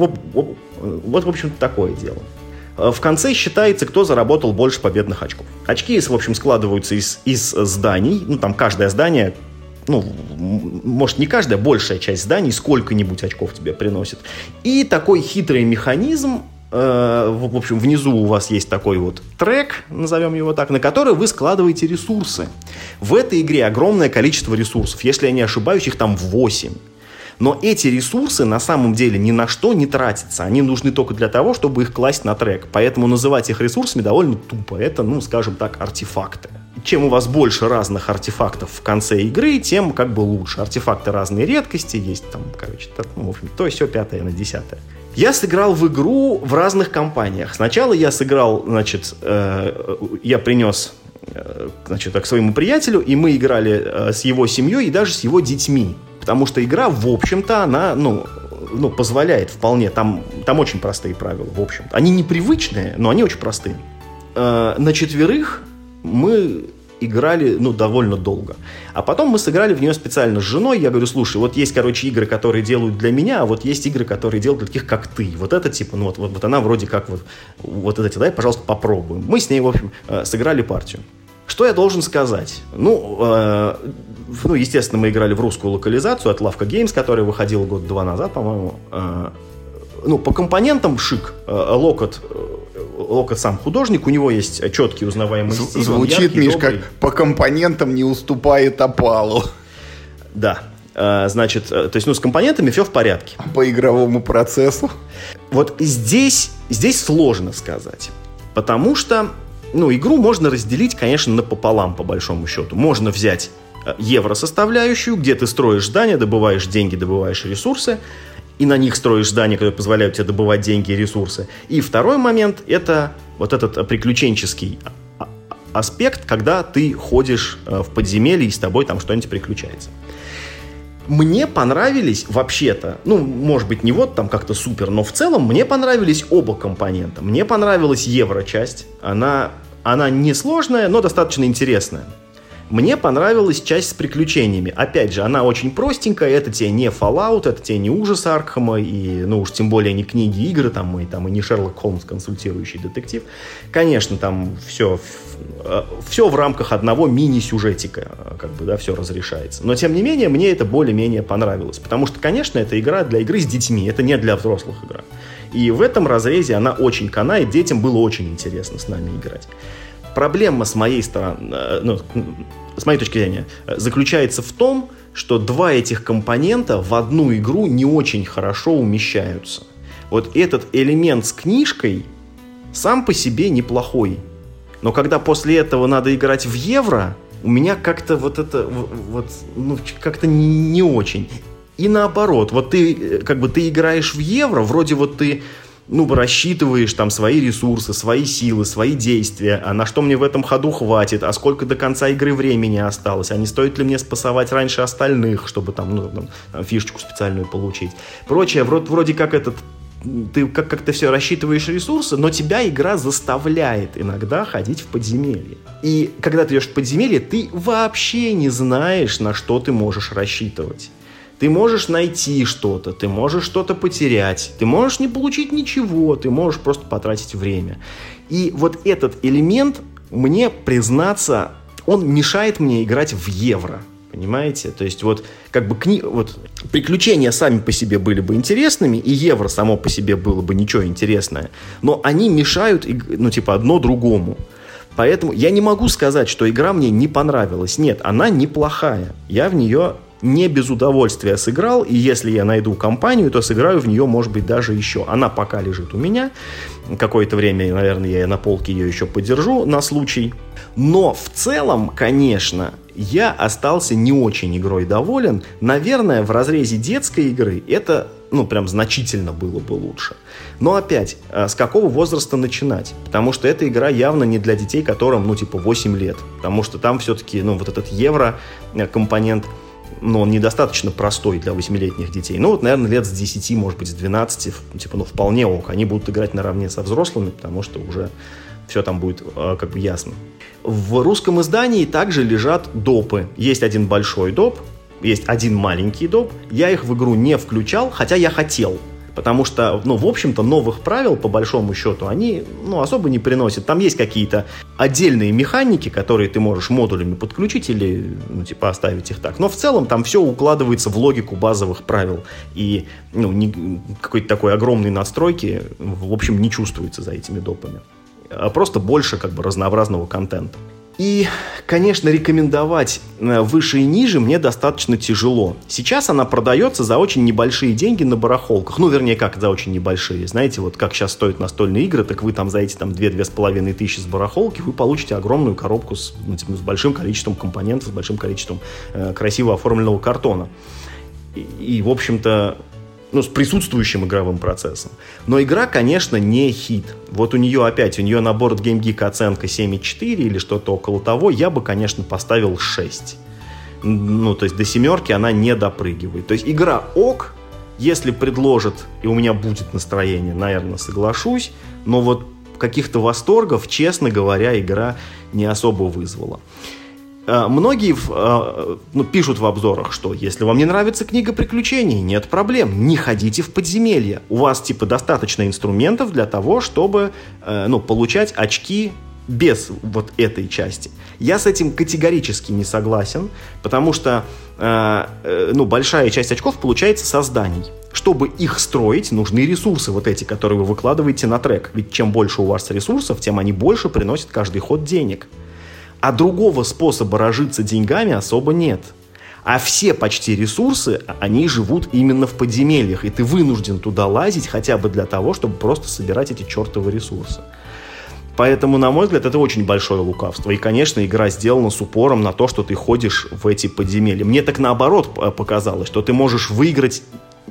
в общем-то, такое дело. В конце считается, кто заработал больше победных очков. Очки, в общем, складываются из зданий. Ну, там каждое здание, может, не каждая, большая часть зданий сколько-нибудь очков тебе приносит. И такой хитрый механизм, в общем, внизу у вас есть такой вот трек, назовем его так, на который вы складываете ресурсы. В этой игре огромное количество ресурсов. Если я не ошибаюсь, их там 8. Но эти ресурсы на самом деле ни на что не тратятся. Они нужны только для того, чтобы их класть на трек. Поэтому называть их ресурсами довольно тупо. Это, скажем так, артефакты. Чем у вас больше разных артефактов в конце игры, тем как бы лучше. Артефакты разной редкости есть там, в общем, то есть все 5 на 10. Я сыграл в игру в разных компаниях. Сначала я сыграл, я принес, к своему приятелю, и мы играли с его семьей и даже с его детьми. Потому что игра, в общем-то, она, позволяет вполне. Там очень простые правила, в общем-то. Они непривычные, но они очень простые. На 4 мы играли, довольно долго. А потом мы сыграли в нее специально с женой. Я говорю, слушай, вот есть, игры, которые делают для меня, а вот есть игры, которые делают для таких, как ты. Вот это, вот она вроде как вот это, давай, пожалуйста, попробуем. Мы с ней, в общем, сыграли партию. Что я должен сказать? Естественно, мы играли в русскую локализацию от Лавка Games, которая выходила 2 года назад, по-моему. По компонентам шик. Локот сам художник, у него есть четкий узнаваемый стиль. Звучит, Миш, как по компонентам не уступает опалу. Да. Значит, то есть, с компонентами все в порядке. По игровому процессу? Вот здесь сложно сказать. Потому что игру можно разделить, конечно, напополам, по большому счету. Можно взять евро-составляющую, где ты строишь здания, добываешь деньги, добываешь ресурсы, и на них строишь здания, которые позволяют тебе добывать деньги и ресурсы. И второй момент – это вот этот приключенческий аспект, когда ты ходишь в подземелье, и с тобой там что-нибудь приключается. Мне понравились, вообще-то, может быть, не вот там как-то супер, но в целом мне понравились оба компонента. Мне понравилась евро-часть, она не сложная, но достаточно интересная. Мне понравилась часть с приключениями. Опять же, она очень простенькая, это тебе не Fallout, это тебе не ужас Аркхема, и, уж тем более не книги, игры, и не Шерлок Холмс, консультирующий детектив. Конечно, там все в рамках одного мини-сюжетика, все разрешается. Но, тем не менее, мне это более-менее понравилось. Потому что, конечно, это игра для игры с детьми, это не для взрослых игра. И в этом разрезе она очень канает, детям было очень интересно с нами играть. Проблема с моей стороны, с моей точки зрения, заключается в том, что 2 этих компонента в одну игру не очень хорошо умещаются. Вот этот элемент с книжкой сам по себе неплохой. Но когда после этого надо играть в евро, у меня как-то как-то не очень. И наоборот, ты играешь в евро, вроде ты рассчитываешь там свои ресурсы, свои силы, свои действия, а на что мне в этом ходу хватит, а сколько до конца игры времени осталось, а не стоит ли мне спасовать раньше остальных, чтобы там фишечку специальную получить. Прочее, вроде как ты как-то все рассчитываешь ресурсы, но тебя игра заставляет иногда ходить в подземелье. И когда ты идешь в подземелье, ты вообще не знаешь, на что ты можешь рассчитывать. Ты можешь найти что-то, ты можешь что-то потерять, ты можешь не получить ничего, ты можешь просто потратить время. И вот этот элемент, мне признаться, он мешает мне играть в евро. Понимаете? То есть вот как бы вот приключения сами по себе были бы интересными, и евро само по себе было бы ничего интересное, но они мешают, ну типа одно другому. Поэтому я не могу сказать, что игра мне не понравилась. Нет, она неплохая. Я в нее не без удовольствия сыграл, и если я найду компанию, то сыграю в нее, может быть, даже еще. Она пока лежит у меня. Какое-то время, наверное, я на полке ее еще подержу на случай. Но в целом, конечно, я остался не очень игрой доволен. Наверное, в разрезе детской игры это, ну, прям значительно было бы лучше. Но опять, с какого возраста начинать? Потому что эта игра явно не для детей, которым, ну, типа 8 лет. Потому что там все-таки, ну, вот этот евро-компонент, ну, он недостаточно простой для 8-летних детей. Ну, вот, наверное, лет с 10, может быть, с 12, типа, ну, вполне ок. Они будут играть наравне со взрослыми, потому что уже все там будет как бы ясно. В русском издании также лежат допы. Есть один большой доп, есть один маленький доп. Я их в игру не включал, хотя я хотел. Потому что, ну, в общем-то, новых правил, по большому счету, они, ну, особо не приносят. Там есть какие-то отдельные механики, которые ты можешь модулями подключить или, ну, типа, оставить их так. Но в целом там все укладывается в логику базовых правил. И, ну, какой-то такой огромной надстройки, в общем, не чувствуется за этими допами. А просто больше, как бы, разнообразного контента. И, конечно, рекомендовать выше и ниже мне достаточно тяжело. Сейчас она продается за очень небольшие деньги на барахолках. Ну, вернее, как за очень небольшие. Знаете, вот как сейчас стоят настольные игры, так вы там за эти 2-2,5 тысячи с барахолки, вы получите огромную коробку с, ну, типа, с большим количеством компонентов, с большим количеством красиво оформленного картона. И в общем-то, ну, с присутствующим игровым процессом. Но игра, конечно, не хит. Вот у нее на Board Game Geek оценка 7,4 или что-то около того. Я бы, конечно, поставил 6. Ну, то есть до 7 она не допрыгивает. То есть игра ок, если предложат, и у меня будет настроение, наверное, соглашусь. Но вот каких-то восторгов, честно говоря, игра не особо вызвала. Многие пишут в обзорах, что если вам не нравится книга приключений, нет проблем, не ходите в подземелье. У вас типа достаточно инструментов для того, чтобы получать очки без вот этой части. Я с этим категорически не согласен, потому что большая часть очков получается со зданий. Чтобы их строить, нужны ресурсы вот эти, которые вы выкладываете на трек. Ведь чем больше у вас ресурсов, тем они больше приносят каждый ход денег. А другого способа разжиться деньгами особо нет. А все почти ресурсы, они живут именно в подземельях. И ты вынужден туда лазить хотя бы для того, чтобы просто собирать эти чертовы ресурсы. Поэтому, на мой взгляд, это очень большое лукавство. И, конечно, игра сделана с упором на то, что ты ходишь в эти подземелья. Мне так наоборот показалось, что ты можешь выиграть,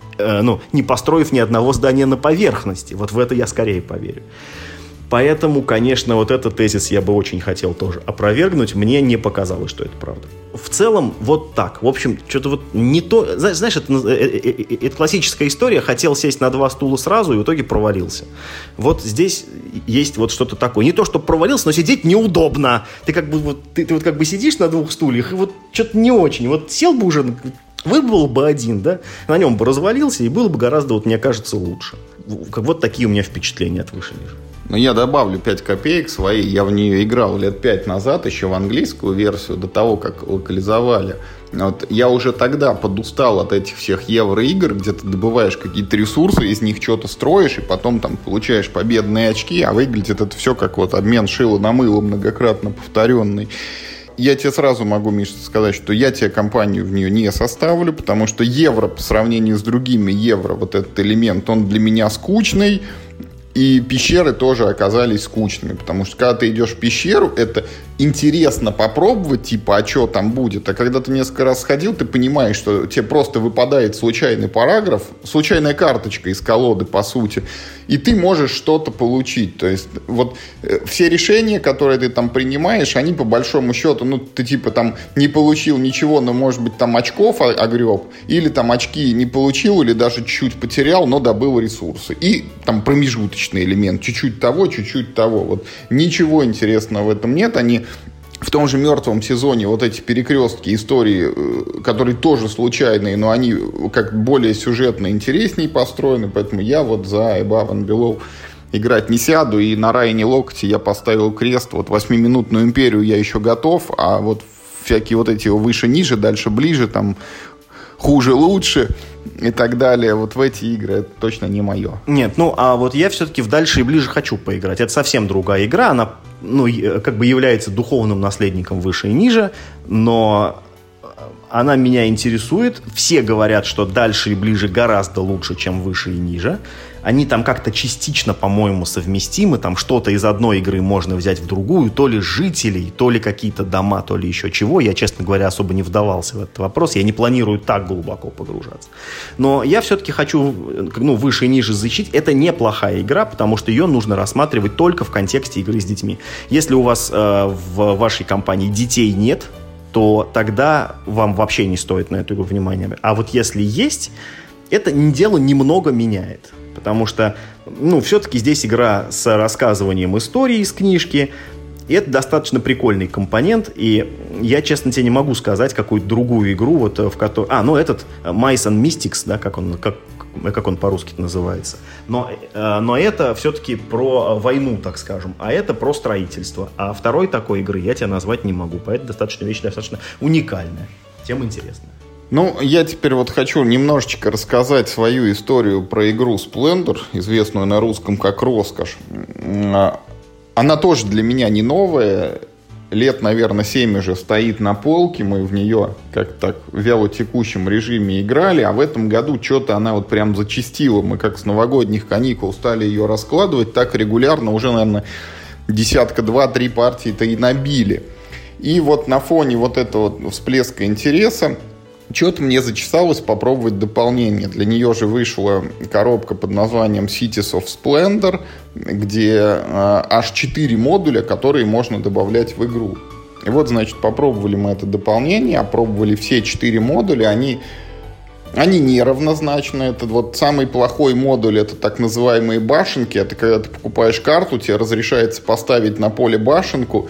не построив ни одного здания на поверхности. Вот в это я скорее поверю. Поэтому, конечно, вот этот тезис я бы очень хотел тоже опровергнуть. Мне не показалось, что это правда. В целом, вот так. В общем, что-то вот не то... Знаешь, это классическая история. Хотел сесть на 2 стула сразу и в итоге провалился. Вот здесь есть вот что-то такое. Не то, что провалился, но сидеть неудобно. Ты как бы ты вот как бы сидишь на 2 стульях, и вот что-то не очень. Вот сел бы уже... Выбрал бы один, да, на нем бы развалился, и было бы гораздо, вот мне кажется, лучше. Вот такие у меня впечатления от выше-ниже. Но я добавлю 5 копеек свои. Я в нее играл лет 5 назад, еще в английскую версию, до того, как локализовали. Вот, я уже тогда подустал от этих всех евроигр, где ты добываешь какие-то ресурсы, из них что-то строишь, и потом там получаешь победные очки, а выглядит это все как вот обмен шила на мыло, многократно повторенный. Я тебе сразу могу, Миша, сказать, что я тебе компанию в нее не составлю, потому что евро по сравнению с другими евро, вот этот элемент, он для меня скучный. И пещеры тоже оказались скучными, потому что когда ты идешь в пещеру, это интересно попробовать, типа, а что там будет. А когда ты несколько раз сходил, ты понимаешь, что тебе просто выпадает случайный параграф, случайная карточка из колоды, по сути, и ты можешь что-то получить. То есть вот все решения, которые ты там принимаешь, они по большому счету, ты типа там не получил ничего, но может быть там очков огреб, или там очки не получил, или даже чуть-чуть потерял, но добыл ресурсы. И там промежуточный элемент, чуть-чуть того. Вот ничего интересного в этом нет. Они в том же «Мертвом сезоне» вот эти перекрестки истории, которые тоже случайные, но они как более сюжетно интереснее построены, поэтому я вот за Above and Below играть не сяду, и на Райане Локоте я поставил крест. Вот 8-минутную империю я еще готов, а вот всякие вот эти выше-ниже, дальше-ближе, там хуже-лучше и так далее, вот в эти игры это точно не мое. Нет, ну а вот я все-таки в дальше и ближе хочу поиграть. Это совсем другая игра, она, ну, как бы является духовным наследником выше и ниже, но она меня интересует. Все говорят, что дальше и ближе гораздо лучше, чем выше и ниже. Они там как-то частично, по-моему, совместимы. Там что-то из одной игры можно взять в другую. То ли жителей, то ли какие-то дома, то ли еще чего. Я, честно говоря, особо не вдавался в этот вопрос. Я не планирую так глубоко погружаться. Но я все-таки хочу, ну, выше и ниже защитить. Это неплохая игра, потому что ее нужно рассматривать только в контексте игры с детьми. Если у вас в вашей компании детей нет, то тогда вам вообще не стоит на эту игру внимания. А вот если есть, это дело немного меняет. Потому что, ну, все-таки здесь игра с рассказыванием истории из книжки. И это достаточно прикольный компонент. И я, честно тебе, не могу сказать какую-то другую игру, вот, в которой... ну, этот Mice and Mystics, да, как он по-русски называется. Но это все-таки про войну, так скажем. А это про строительство. А второй такой игры я тебе назвать не могу. Поэтому вещь достаточно уникальная. Тем интересная. Ну, я теперь вот хочу немножечко рассказать свою историю про игру Splendor, известную на русском как «Роскошь». Она тоже для меня не новая. Лет, наверное, 7 уже стоит на полке. Мы в нее как-то так в вялотекущем режиме играли. А в этом году что-то она вот прям зачастила. Мы как с новогодних каникул стали ее раскладывать. Так регулярно уже, наверное, десятка, 2-3 партии-то и набили. И вот на фоне вот этого всплеска интереса что-то мне зачесалось попробовать дополнение. Для нее же вышла коробка под названием Cities of Splendor, где аж 4 модуля, которые можно добавлять в игру. И вот, значит, попробовали мы это дополнение, опробовали все 4 модуля. Они неравнозначны. Это вот самый плохой модуль, это так называемые башенки. Это когда ты покупаешь карту, тебе разрешается поставить на поле башенку,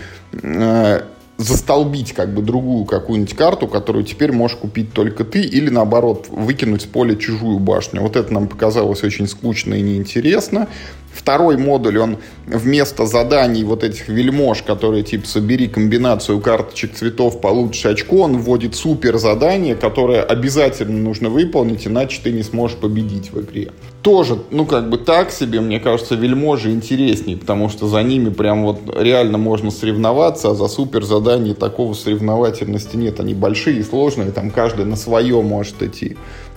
застолбить как бы другую какую-нибудь карту, которую теперь можешь купить только ты, или наоборот выкинуть с поля чужую башню. Вот это нам показалось очень скучно и неинтересно. Второй модуль, он вместо заданий вот этих вельмож, которые типа собери комбинацию карточек цветов, получишь очко, он вводит супер задание, которое обязательно нужно выполнить, иначе ты не сможешь победить в игре. Тоже, ну как бы так себе, мне кажется, вельможи интереснее, потому что за ними прям вот реально можно соревноваться, а за супер задания такого соревновательности нет. Они большие и сложные, там каждый на свое может идти.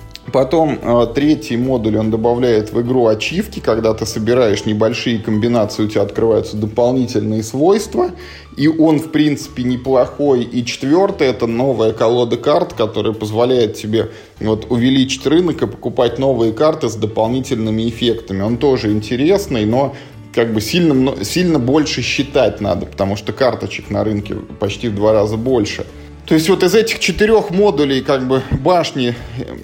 Потом третий модуль, он добавляет в игру ачивки, когда ты собираешь небольшие комбинации, у тебя открываются дополнительные свойства, и он, в принципе, неплохой. И четвертый, это новая колода карт, которая позволяет тебе вот увеличить рынок и покупать новые карты с дополнительными эффектами. Он тоже интересный, но как бы сильно больше считать надо, потому что карточек на рынке почти в 2 раза больше. То есть вот из этих 4 модулей как бы башни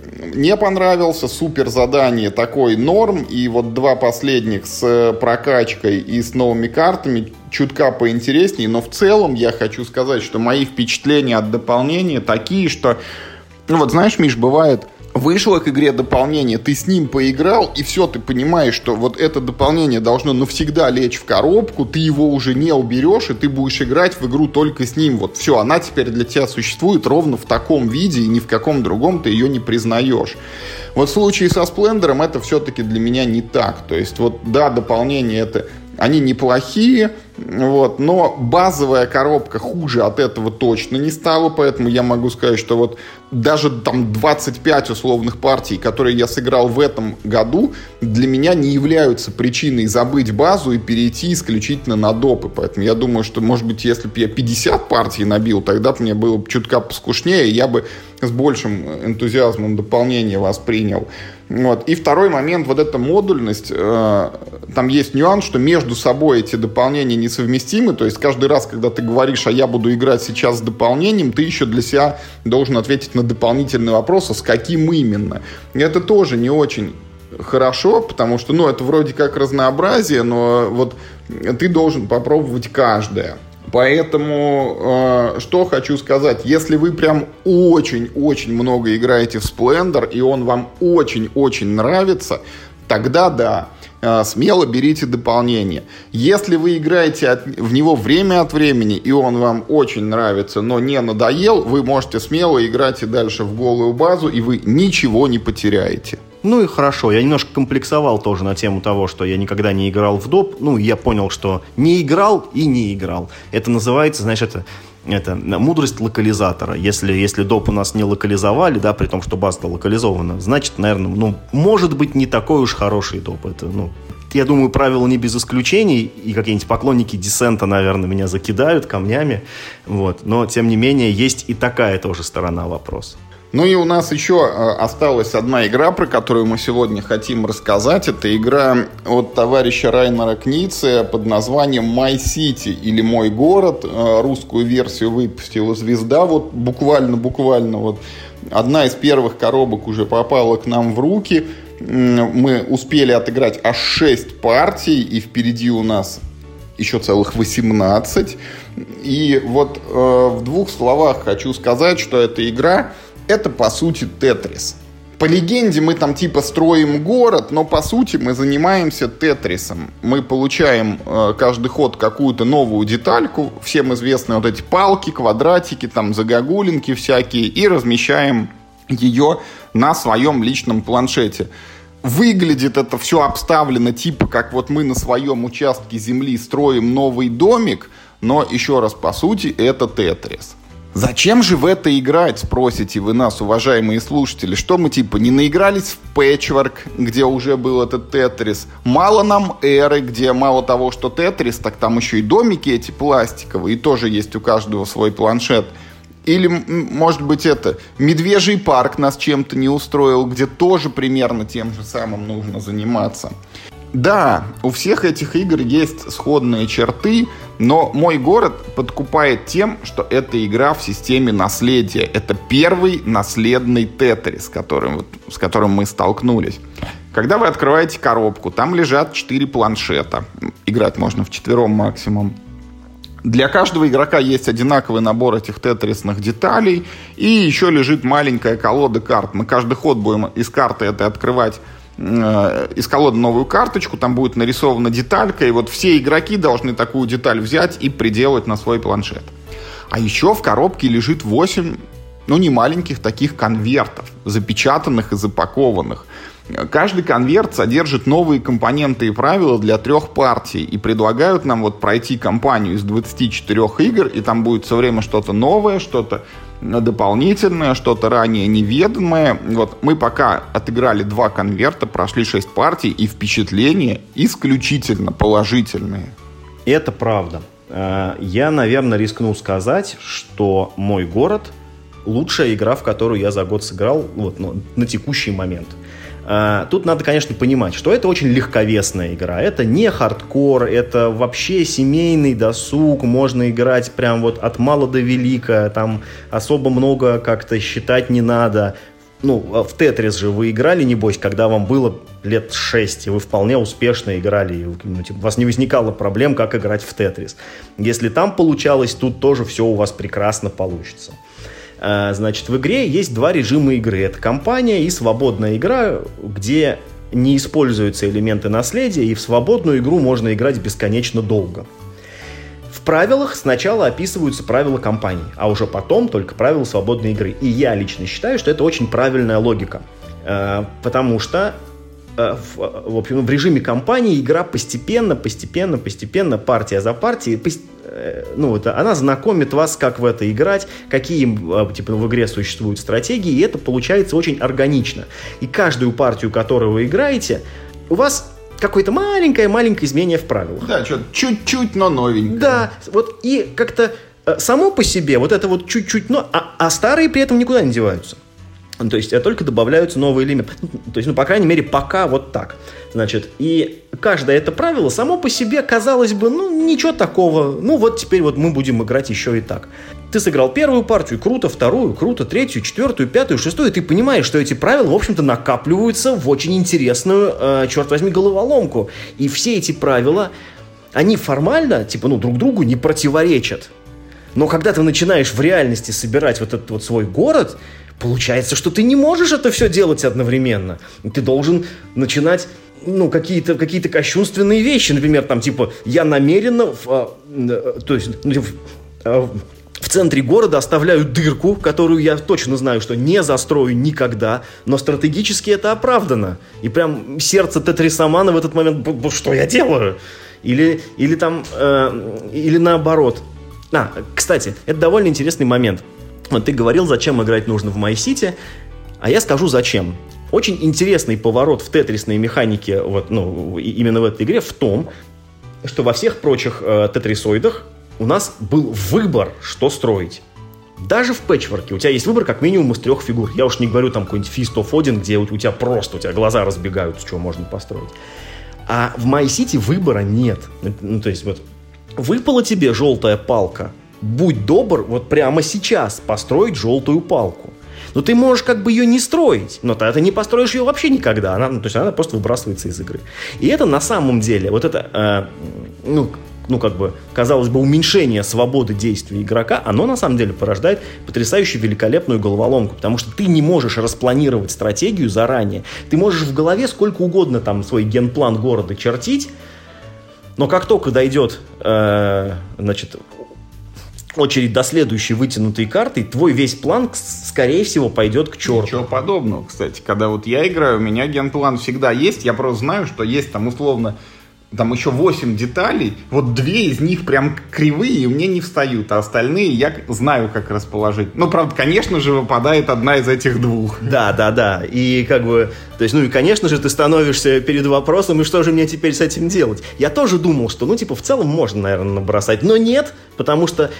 не понравился, супер задание такой норм, и вот 2 последних с прокачкой и с новыми картами чутка поинтереснее, но в целом я хочу сказать, что мои впечатления от дополнения такие, что, ну вот знаешь, Миш, бывает, вышло к игре дополнение, ты с ним поиграл, и все, ты понимаешь, что вот это дополнение должно навсегда лечь в коробку, ты его уже не уберешь, и ты будешь играть в игру только с ним. Вот все, она теперь для тебя существует ровно в таком виде, и ни в каком другом ты ее не признаешь. Вот в случае со Сплендером это все-таки для меня не так. То есть вот да, дополнения это... Они неплохие, вот, но базовая коробка хуже от этого точно не стала, поэтому я могу сказать, что вот даже там 25 условных партий, которые я сыграл в этом году, для меня не являются причиной забыть базу и перейти исключительно на допы. Поэтому я думаю, что, может быть, если бы я 50 партий набил, тогда бы мне было бы чутка поскучнее, и я бы с большим энтузиазмом дополнение воспринял. Вот. И второй момент, вот эта модульность, там есть нюанс, что между собой эти дополнения несовместимы, то есть каждый раз, когда ты говоришь, а я буду играть сейчас с дополнением, ты еще для себя должен ответить на дополнительный вопрос, а с каким именно. И это тоже не очень хорошо, потому что, ну, это вроде как разнообразие, но вот ты должен попробовать каждое. Поэтому, что хочу сказать, если вы прям очень-очень много играете в Splendor, и он вам очень-очень нравится, тогда да, смело берите дополнение. Если вы играете в него время от времени, и он вам очень нравится, но не надоел, вы можете смело играть и дальше в голую базу, и вы ничего не потеряете. Ну и хорошо, я немножко комплексовал тоже на тему того, что я никогда не играл в доп. Ну, я понял, что не играл и не играл. Это называется, знаешь, это мудрость локализатора. Если доп у нас не локализовали, да, при том, что база локализована, значит, наверное, ну, может быть, не такой уж хороший доп. Это, ну, я думаю, правило не без исключений, и какие-нибудь поклонники Десента, наверное, меня закидают камнями, вот. Но, тем не менее, есть и такая тоже сторона вопроса. Ну и у нас еще осталась одна игра, про которую мы сегодня хотим рассказать. Это игра от товарища Райнера Книце под названием My City или Мой город. Русскую версию выпустила Звезда. Вот буквально вот одна из первых коробок уже попала к нам в руки. Мы успели отыграть аж 6 партий, и впереди у нас еще целых 18. И вот в двух словах хочу сказать, что эта игра — это, по сути, Тетрис. По легенде мы там типа строим город, но по сути мы занимаемся Тетрисом. Мы получаем каждый ход какую-то новую детальку, всем известные вот эти палки, квадратики, там загогулинки всякие, и размещаем ее на своем личном планшете. Выглядит это все обставлено типа как вот мы на своем участке земли строим новый домик, но еще раз, по сути, это Тетрис. Зачем же в это играть, спросите вы нас, уважаемые слушатели? Что мы типа не наигрались в Patchwork, где уже был этот Тетрис? Мало нам Эры, где мало того, что Тетрис, так там еще и домики эти пластиковые, и тоже есть у каждого свой планшет. Или, может быть, это Медвежий парк нас чем-то не устроил, где тоже примерно тем же самым нужно заниматься. Да, у всех этих игр есть сходные черты, но «Мой город» подкупает тем, что это игра в системе наследия. Это первый наследный Тетрис, с которым мы столкнулись. Когда вы открываете коробку, там лежат 4 планшета. Играть можно вчетвером максимум. Для каждого игрока есть одинаковый набор этих тетрисных деталей, и еще лежит маленькая колода карт. Мы каждый ход будем из карты этой открывать, из колоды новую карточку, там будет нарисована деталька, и вот все игроки должны такую деталь взять и приделать на свой планшет. А еще в коробке лежит 8, не маленьких таких конвертов, запечатанных и запакованных. Каждый конверт содержит новые компоненты и правила для 3 партий, и предлагают нам вот пройти кампанию из 24 игр, и там будет все время что-то новое, что-то дополнительное, что-то ранее неведомое. Вот мы пока отыграли 2 конверта, прошли 6 партий, и впечатления исключительно положительные. Это правда. Я, наверное, рискну сказать, что «Мой город» — лучшая игра, в которую я за год сыграл на текущий момент. Тут надо, конечно, понимать, что это очень легковесная игра. Это не хардкор, это вообще семейный досуг. Можно играть прям вот от мала до велика. Там особо много как-то считать не надо. В Тетрис же вы играли, небось, когда вам было лет 6, и вы вполне успешно играли. У вас не возникало проблем, как играть в Тетрис. Если там получалось, тут тоже все у вас прекрасно получится. Значит, в игре есть 2 режима игры. Это кампания и свободная игра, где не используются элементы наследия, и в свободную игру можно играть бесконечно долго. В правилах сначала описываются правила кампании, а уже потом только правила свободной игры. И я лично считаю, что это очень правильная логика. Потому что в режиме кампании игра постепенно, партия за партией, она знакомит вас, как в это играть, какие в игре существуют стратегии, и это получается очень органично. И каждую партию, которую вы играете, у вас какое-то маленькое изменение в правилах. Да, что-то чуть-чуть, но новенькое. Да, вот и как-то само по себе вот это вот чуть-чуть, а старые при этом никуда не деваются. То есть только добавляются новые элементы. То есть, по крайней мере, пока вот так. Значит, и каждое это правило само по себе, казалось бы, ничего такого. Вот теперь вот мы будем играть еще и так. Ты сыграл первую партию, круто, вторую, круто, третью, четвертую, пятую, шестую, и ты понимаешь, что эти правила, в общем-то, накапливаются в очень интересную, черт возьми, головоломку. И все эти правила они формально, друг другу не противоречат. Но когда ты начинаешь в реальности собирать вот этот вот свой город, получается, что ты не можешь это все делать одновременно. Ты должен начинать, какие-то кощунственные вещи. Например, я намеренно в центре города оставляю дырку, которую я точно знаю, что не застрою никогда, но стратегически это оправдано. И прям сердце тетрисомана в этот момент, что я делаю? Или наоборот. Кстати, это довольно интересный момент. Вот ты говорил, зачем играть нужно в My City, а я скажу, зачем. Очень интересный поворот в тетрисной механике, именно в этой игре, в том, что во всех прочих тетрисоидах у нас был выбор, что строить. Даже в пэтчворке у тебя есть выбор как минимум из 3 фигур. Я уж не говорю какой-нибудь Fist of Odin, где у тебя глаза разбегаются, чего можно построить. А в My City выбора нет. Выпала тебе желтая палка. Будь добр, прямо сейчас построить желтую палку. Но ты можешь ее не строить, но ты не построишь ее вообще никогда. Она просто выбрасывается из игры. И это на самом деле, казалось бы, уменьшение свободы действий игрока, оно на самом деле порождает потрясающе великолепную головоломку, потому что ты не можешь распланировать стратегию заранее. Ты можешь в голове сколько угодно свой генплан города чертить, но как только дойдет, очередь до следующей вытянутой карты, твой весь план, скорее всего, пойдет к черту. Ничего подобного, кстати. Когда я играю, у меня генплан всегда есть. Я просто знаю, что есть условно еще 8 деталей. 2 из них прям кривые и мне не встают, а остальные я знаю, как расположить. Правда, конечно же, выпадает одна из этих 2. Да. И и, конечно же, ты становишься перед вопросом, и что же мне теперь с этим делать? Я тоже думал, что, в целом можно, наверное, набросать, но нет, потому что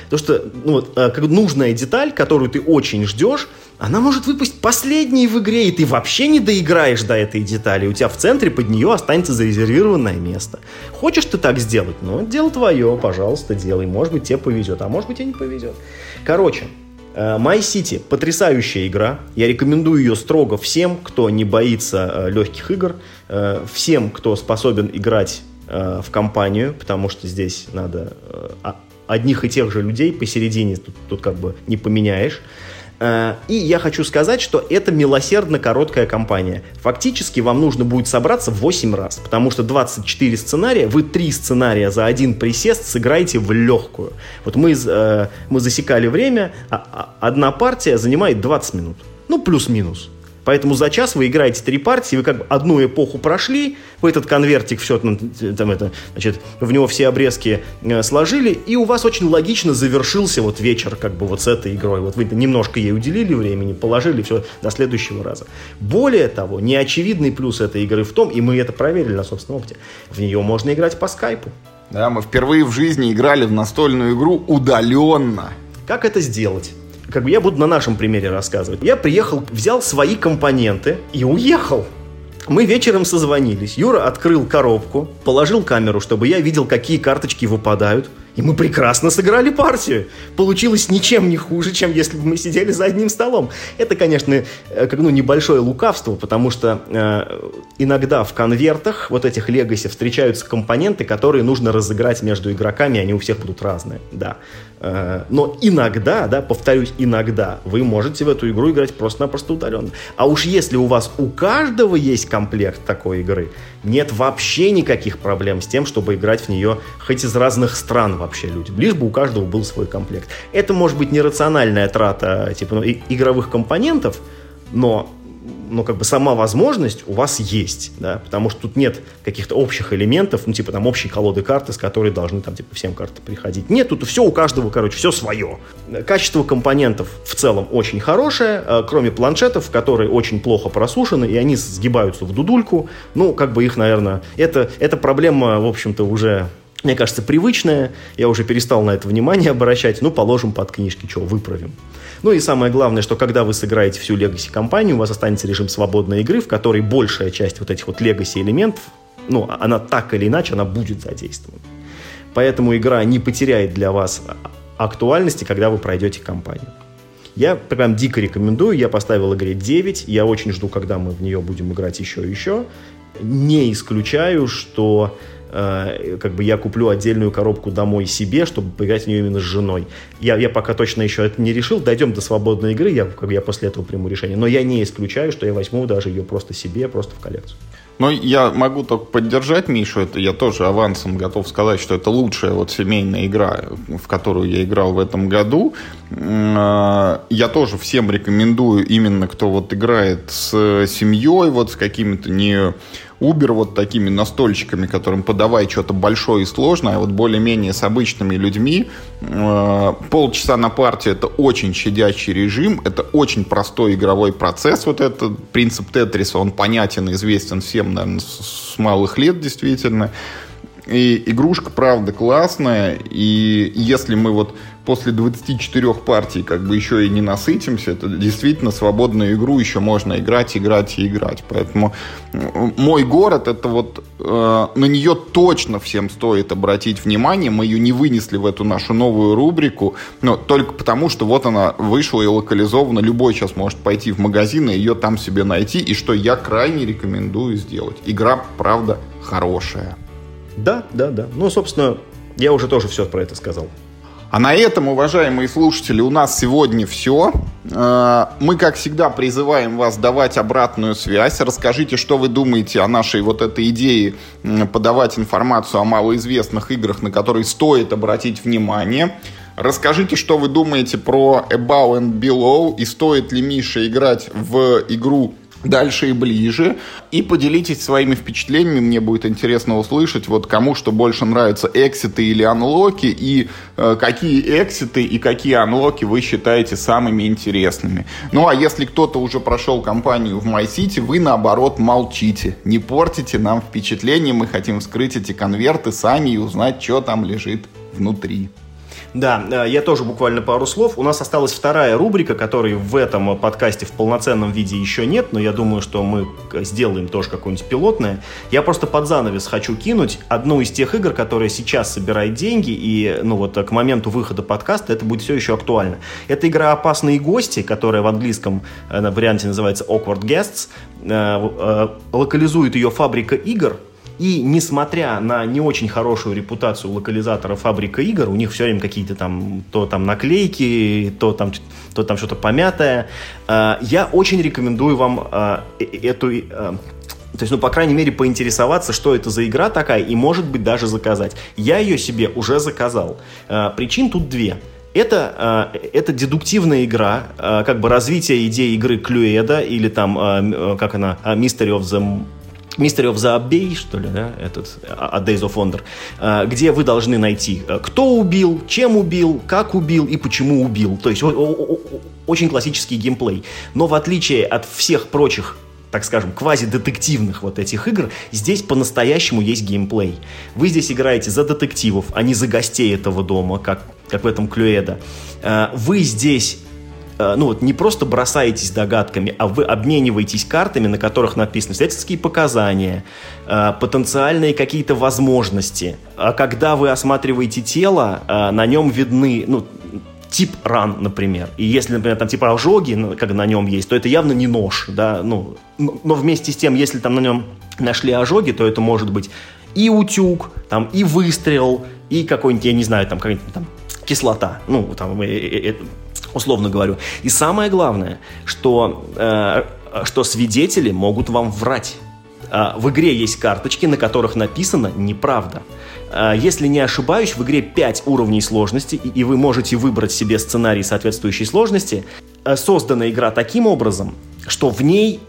нужная деталь, которую ты очень ждешь, она может выпасть последней в игре, и ты вообще не доиграешь до этой детали. У тебя в центре под нее останется зарезервированное место. Хочешь ты так сделать? Дело твое, пожалуйста, делай. Может быть, тебе повезет, а может быть, и не повезет. Короче, My City – потрясающая игра. Я рекомендую ее строго всем, кто не боится легких игр, всем, кто способен играть в компанию, потому что здесь надо одних и тех же людей посередине, тут не поменяешь. И я хочу сказать, что это милосердно короткая кампания. Фактически вам нужно будет собраться 8 раз, потому что 24 сценария, вы 3 сценария за один присест сыграете в легкую. Мы засекали время, одна партия занимает 20 минут. Плюс-минус. Поэтому за час вы играете 3 партии, вы одну эпоху прошли, вы этот конвертик все в него все обрезки сложили, и у вас очень логично завершился вечер с этой игрой. Вы немножко ей уделили времени, положили все до следующего раза. Более того, неочевидный плюс этой игры в том, и мы это проверили на собственном опыте, в нее можно играть по скайпу. Да, мы впервые в жизни играли в настольную игру удаленно. Как это сделать? Я буду на нашем примере рассказывать. Я приехал, взял свои компоненты и уехал. Мы вечером созвонились. Юра открыл коробку, положил камеру, чтобы я видел, какие карточки выпадают. И мы прекрасно сыграли партию. Получилось ничем не хуже, чем если бы мы сидели за одним столом. Это, конечно, небольшое лукавство, потому что иногда в конвертах этих Legacy встречаются компоненты, которые нужно разыграть между игроками, и они у всех будут разные. Да. Но иногда, повторюсь, иногда вы можете в эту игру играть просто-напросто удаленно. А уж если у вас у каждого есть комплект такой игры, нет вообще никаких проблем с тем, чтобы играть в нее хоть из разных стран вообще людям. Лишь бы у каждого был свой комплект. Это может быть нерациональная трата игровых компонентов, но сама возможность у вас есть, да, потому что тут нет каких-то общих элементов, общей колоды карт, из которой должны всем карты приходить. Нет, тут все у каждого, все свое. Качество компонентов в целом очень хорошее, кроме планшетов, которые очень плохо просушены, и они сгибаются в дудульку. Их, наверное, это проблема, в общем-то, уже, мне кажется, привычная. Я уже перестал на это внимание обращать. Положим под книжки, выправим. И самое главное, что когда вы сыграете всю Legacy-компанию, у вас останется режим свободной игры, в которой большая часть этих Legacy-элементов, она так или иначе, она будет задействована. Поэтому игра не потеряет для вас актуальности, когда вы пройдете кампанию. Я прям дико рекомендую, я поставил игре 9, я очень жду, когда мы в нее будем играть еще и еще. Не исключаю, что как бы я куплю отдельную коробку домой себе, чтобы поиграть в нее именно с женой. Я пока точно еще это не решил. Дойдем до свободной игры, я после этого приму решение. Но я не исключаю, что я возьму даже ее просто себе, просто в коллекцию. Но я могу только поддержать Мишу, это я тоже авансом готов сказать, что это лучшая вот семейная игра, в которую я играл в этом году. Я тоже всем рекомендую, именно кто вот играет с семьей, вот с какими-то не Uber вот такими настольщиками, которым подавай что-то большое и сложное, а вот более-менее с обычными людьми. Полчаса на партию — это очень щадящий режим, это очень простой игровой процесс. Вот этот принцип Тетриса, он понятен и известен всем, наверное, с малых лет действительно. И игрушка, правда, классная. И если мы вот после 24 партий как бы еще и не насытимся, это действительно свободную игру еще можно играть. Поэтому «Мой город» — это вот на нее точно всем стоит обратить внимание. Мы ее не вынесли в эту нашу новую рубрику, но только потому, что вот она вышла и локализована. Любой сейчас может пойти в магазин и ее там себе найти. И что я крайне рекомендую сделать. Игра, правда, хорошая. Да. Ну, собственно, я уже тоже все про это сказал. А на этом, уважаемые слушатели, у нас сегодня все. Мы, как всегда, призываем вас давать обратную связь. Расскажите, что вы думаете о нашей вот этой идее подавать информацию о малоизвестных играх, на которые стоит обратить внимание. Расскажите, что вы думаете про Above and Below и стоит ли Мише играть в игру дальше и ближе. И поделитесь своими впечатлениями. Мне будет интересно услышать, вот кому что больше нравится, экситы или анлоки, и какие экситы и какие анлоки вы считаете самыми интересными. Ну, а если кто-то уже прошел кампанию в MyCity, вы, наоборот, молчите. Не портите нам впечатление. Мы хотим вскрыть эти конверты сами и узнать, что там лежит внутри. Да, я тоже буквально пару слов. У нас осталась вторая рубрика, которой в этом подкасте в полноценном виде еще нет, но я думаю, что мы сделаем тоже какое-нибудь пилотное. Я просто под занавес хочу кинуть одну из тех игр, которая сейчас собирает деньги, и ну вот к моменту выхода подкаста это будет все еще актуально. Это игра «Опасные гости», которая в английском варианте называется Awkward Guests. Локализует ее «Фабрика игр». И несмотря на не очень хорошую репутацию локализатора «Фабрика игр», у них все время какие-то там, то там наклейки, то там что-то помятое, я очень рекомендую вам эту... То есть, по крайней мере, поинтересоваться, что это за игра такая, и, может быть, даже заказать. Я ее себе уже заказал. Причин тут две. Это дедуктивная игра, как бы развитие идеи игры Клюэда, или там, как она, Mystery of the Abbey, что ли, да, A Days of Wonder, где вы должны найти, кто убил, чем убил, как убил и почему убил. То есть очень классический геймплей. Но в отличие от всех прочих, так скажем, квази-детективных вот этих игр, здесь по-настоящему есть геймплей. Вы здесь играете за детективов, а не за гостей этого дома, как в этом Клюэда. Вы здесь... не просто бросаетесь догадками, а вы обмениваетесь картами, на которых написаны свидетельские показания, потенциальные какие-то возможности. А когда вы осматриваете тело, на нем видны, тип ран, например. И если, например, там типа ожоги, как на нем есть, то это явно не нож, да, но вместе с тем, если там на нем нашли ожоги, то это может быть и утюг, там, и выстрел, и какой-нибудь, я не знаю, там, какая-нибудь там кислота, условно говорю. И самое главное, что свидетели могут вам врать. В игре есть карточки, на которых написано неправда. Если не ошибаюсь, в игре 5 уровней сложности, и вы можете выбрать себе сценарий соответствующей сложности. Создана игра таким образом, что в ней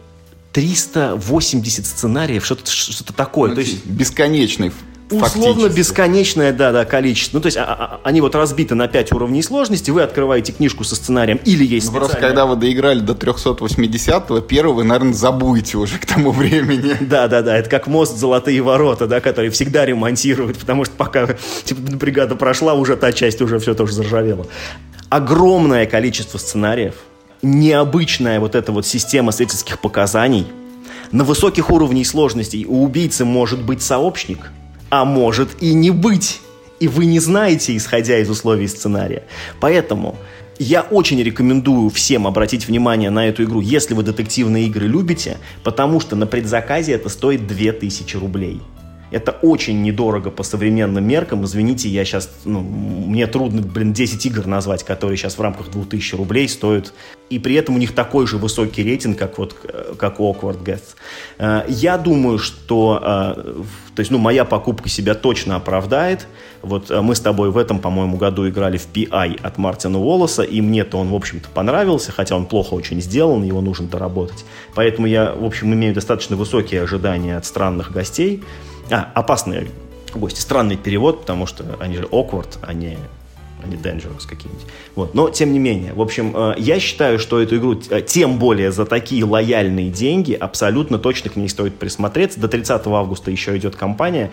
380 сценариев, что-то такое. То есть бесконечный. Условно бесконечное, количество. То есть они вот разбиты на 5 уровней сложности, вы открываете книжку со сценарием, или есть специальная... Просто когда вы доиграли до 380-го, первого вы, наверное, забудете уже к тому времени. Да, это как мост «Золотые ворота», да, который всегда ремонтируют, потому что пока бригада прошла, уже та часть уже все тоже заржавела. Огромное количество сценариев, необычная вот эта вот система свидетельских показаний. На высоких уровнях сложности у убийцы может быть сообщник, а может и не быть. И вы не знаете, исходя из условий сценария. Поэтому я очень рекомендую всем обратить внимание на эту игру, если вы детективные игры любите, потому что на предзаказе это стоит 2000 рублей. Это очень недорого по современным меркам. Извините, я сейчас... мне трудно, 10 игр назвать, которые сейчас в рамках 2000 рублей стоят. И при этом у них такой же высокий рейтинг, как Awkward Guests. Я думаю, что... моя покупка себя точно оправдает. Вот мы с тобой в этом, по-моему, году играли в PI от Мартина Уоллеса, и мне-то он, в общем-то, понравился, хотя он плохо очень сделан, его нужно доработать. Поэтому я, в общем, имею достаточно высокие ожидания от странных гостей. Опасные гости. Странный перевод, потому что они же awkward, а не dangerous какие-нибудь. Вот. Но, тем не менее, в общем, я считаю, что эту игру, тем более за такие лояльные деньги, абсолютно точно к ней стоит присмотреться. До 30 августа еще идет кампания.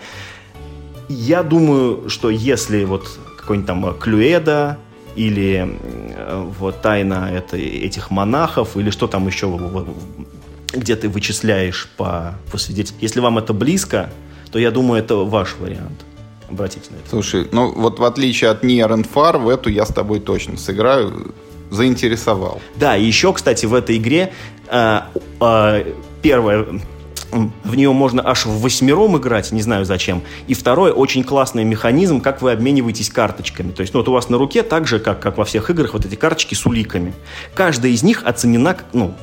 Я думаю, что если вот какой-нибудь там Клюэда или вот тайна этих монахов, или что там еще, где ты вычисляешь по свидетельству, если вам это близко, то я думаю, это ваш вариант. Обратите на это. Слушай, вот в отличие от Near and Far, в эту я с тобой точно сыграю. Заинтересовал. Да, и еще, кстати, в этой игре первое, в нее можно аж в 8 играть, не знаю зачем. И второе, очень классный механизм, как вы обмениваетесь карточками. То есть, вот у вас на руке, так же, как во всех играх, вот эти карточки с уликами. Каждая из них оценена,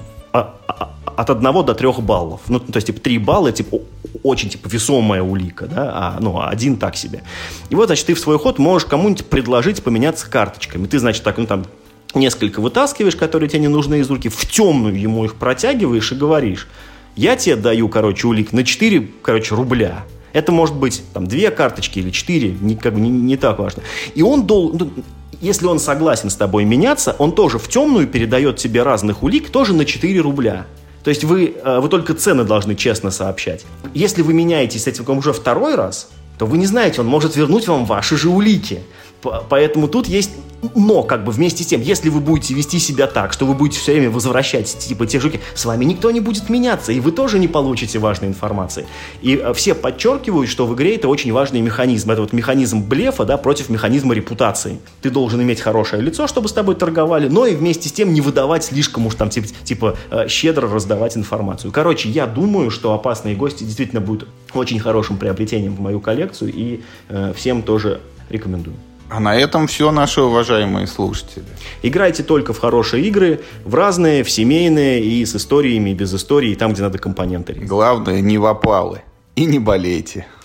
от 1 до 3 баллов. То есть, 3 балла, очень, весомая улика, да, 1 так себе. И вот, значит, ты в свой ход можешь кому-нибудь предложить поменяться карточками. Ты, значит, так, несколько вытаскиваешь, которые тебе не нужны из руки, в темную ему их протягиваешь и говоришь: я тебе даю, улик на 4, рубля. Это может быть, 2 карточки или 4, не так важно. И он если он согласен с тобой меняться, он тоже в темную передает тебе разных улик, тоже на 4 рубля. То есть вы только цены должны честно сообщать. Если вы меняетесь с этим уже 2 раз, то вы не знаете, он может вернуть вам ваши же улики. Поэтому тут есть но, вместе с тем, если вы будете вести себя так, что вы будете все время возвращать те же улики, с вами никто не будет меняться, и вы тоже не получите важной информации. И все подчеркивают, что в игре это очень важный механизм. Это вот механизм блефа, да, против механизма репутации. Ты должен иметь хорошее лицо, чтобы с тобой торговали, но и вместе с тем не выдавать слишком уж щедро раздавать информацию. Короче, я думаю, что «Опасные гости» действительно будет очень хорошим приобретением в мою коллекцию, и всем тоже рекомендую. А на этом все, наши уважаемые слушатели. Играйте только в хорошие игры, в разные, в семейные, и с историями, и без истории, и там, где надо компоненты. Главное, не в опалы. И не болейте.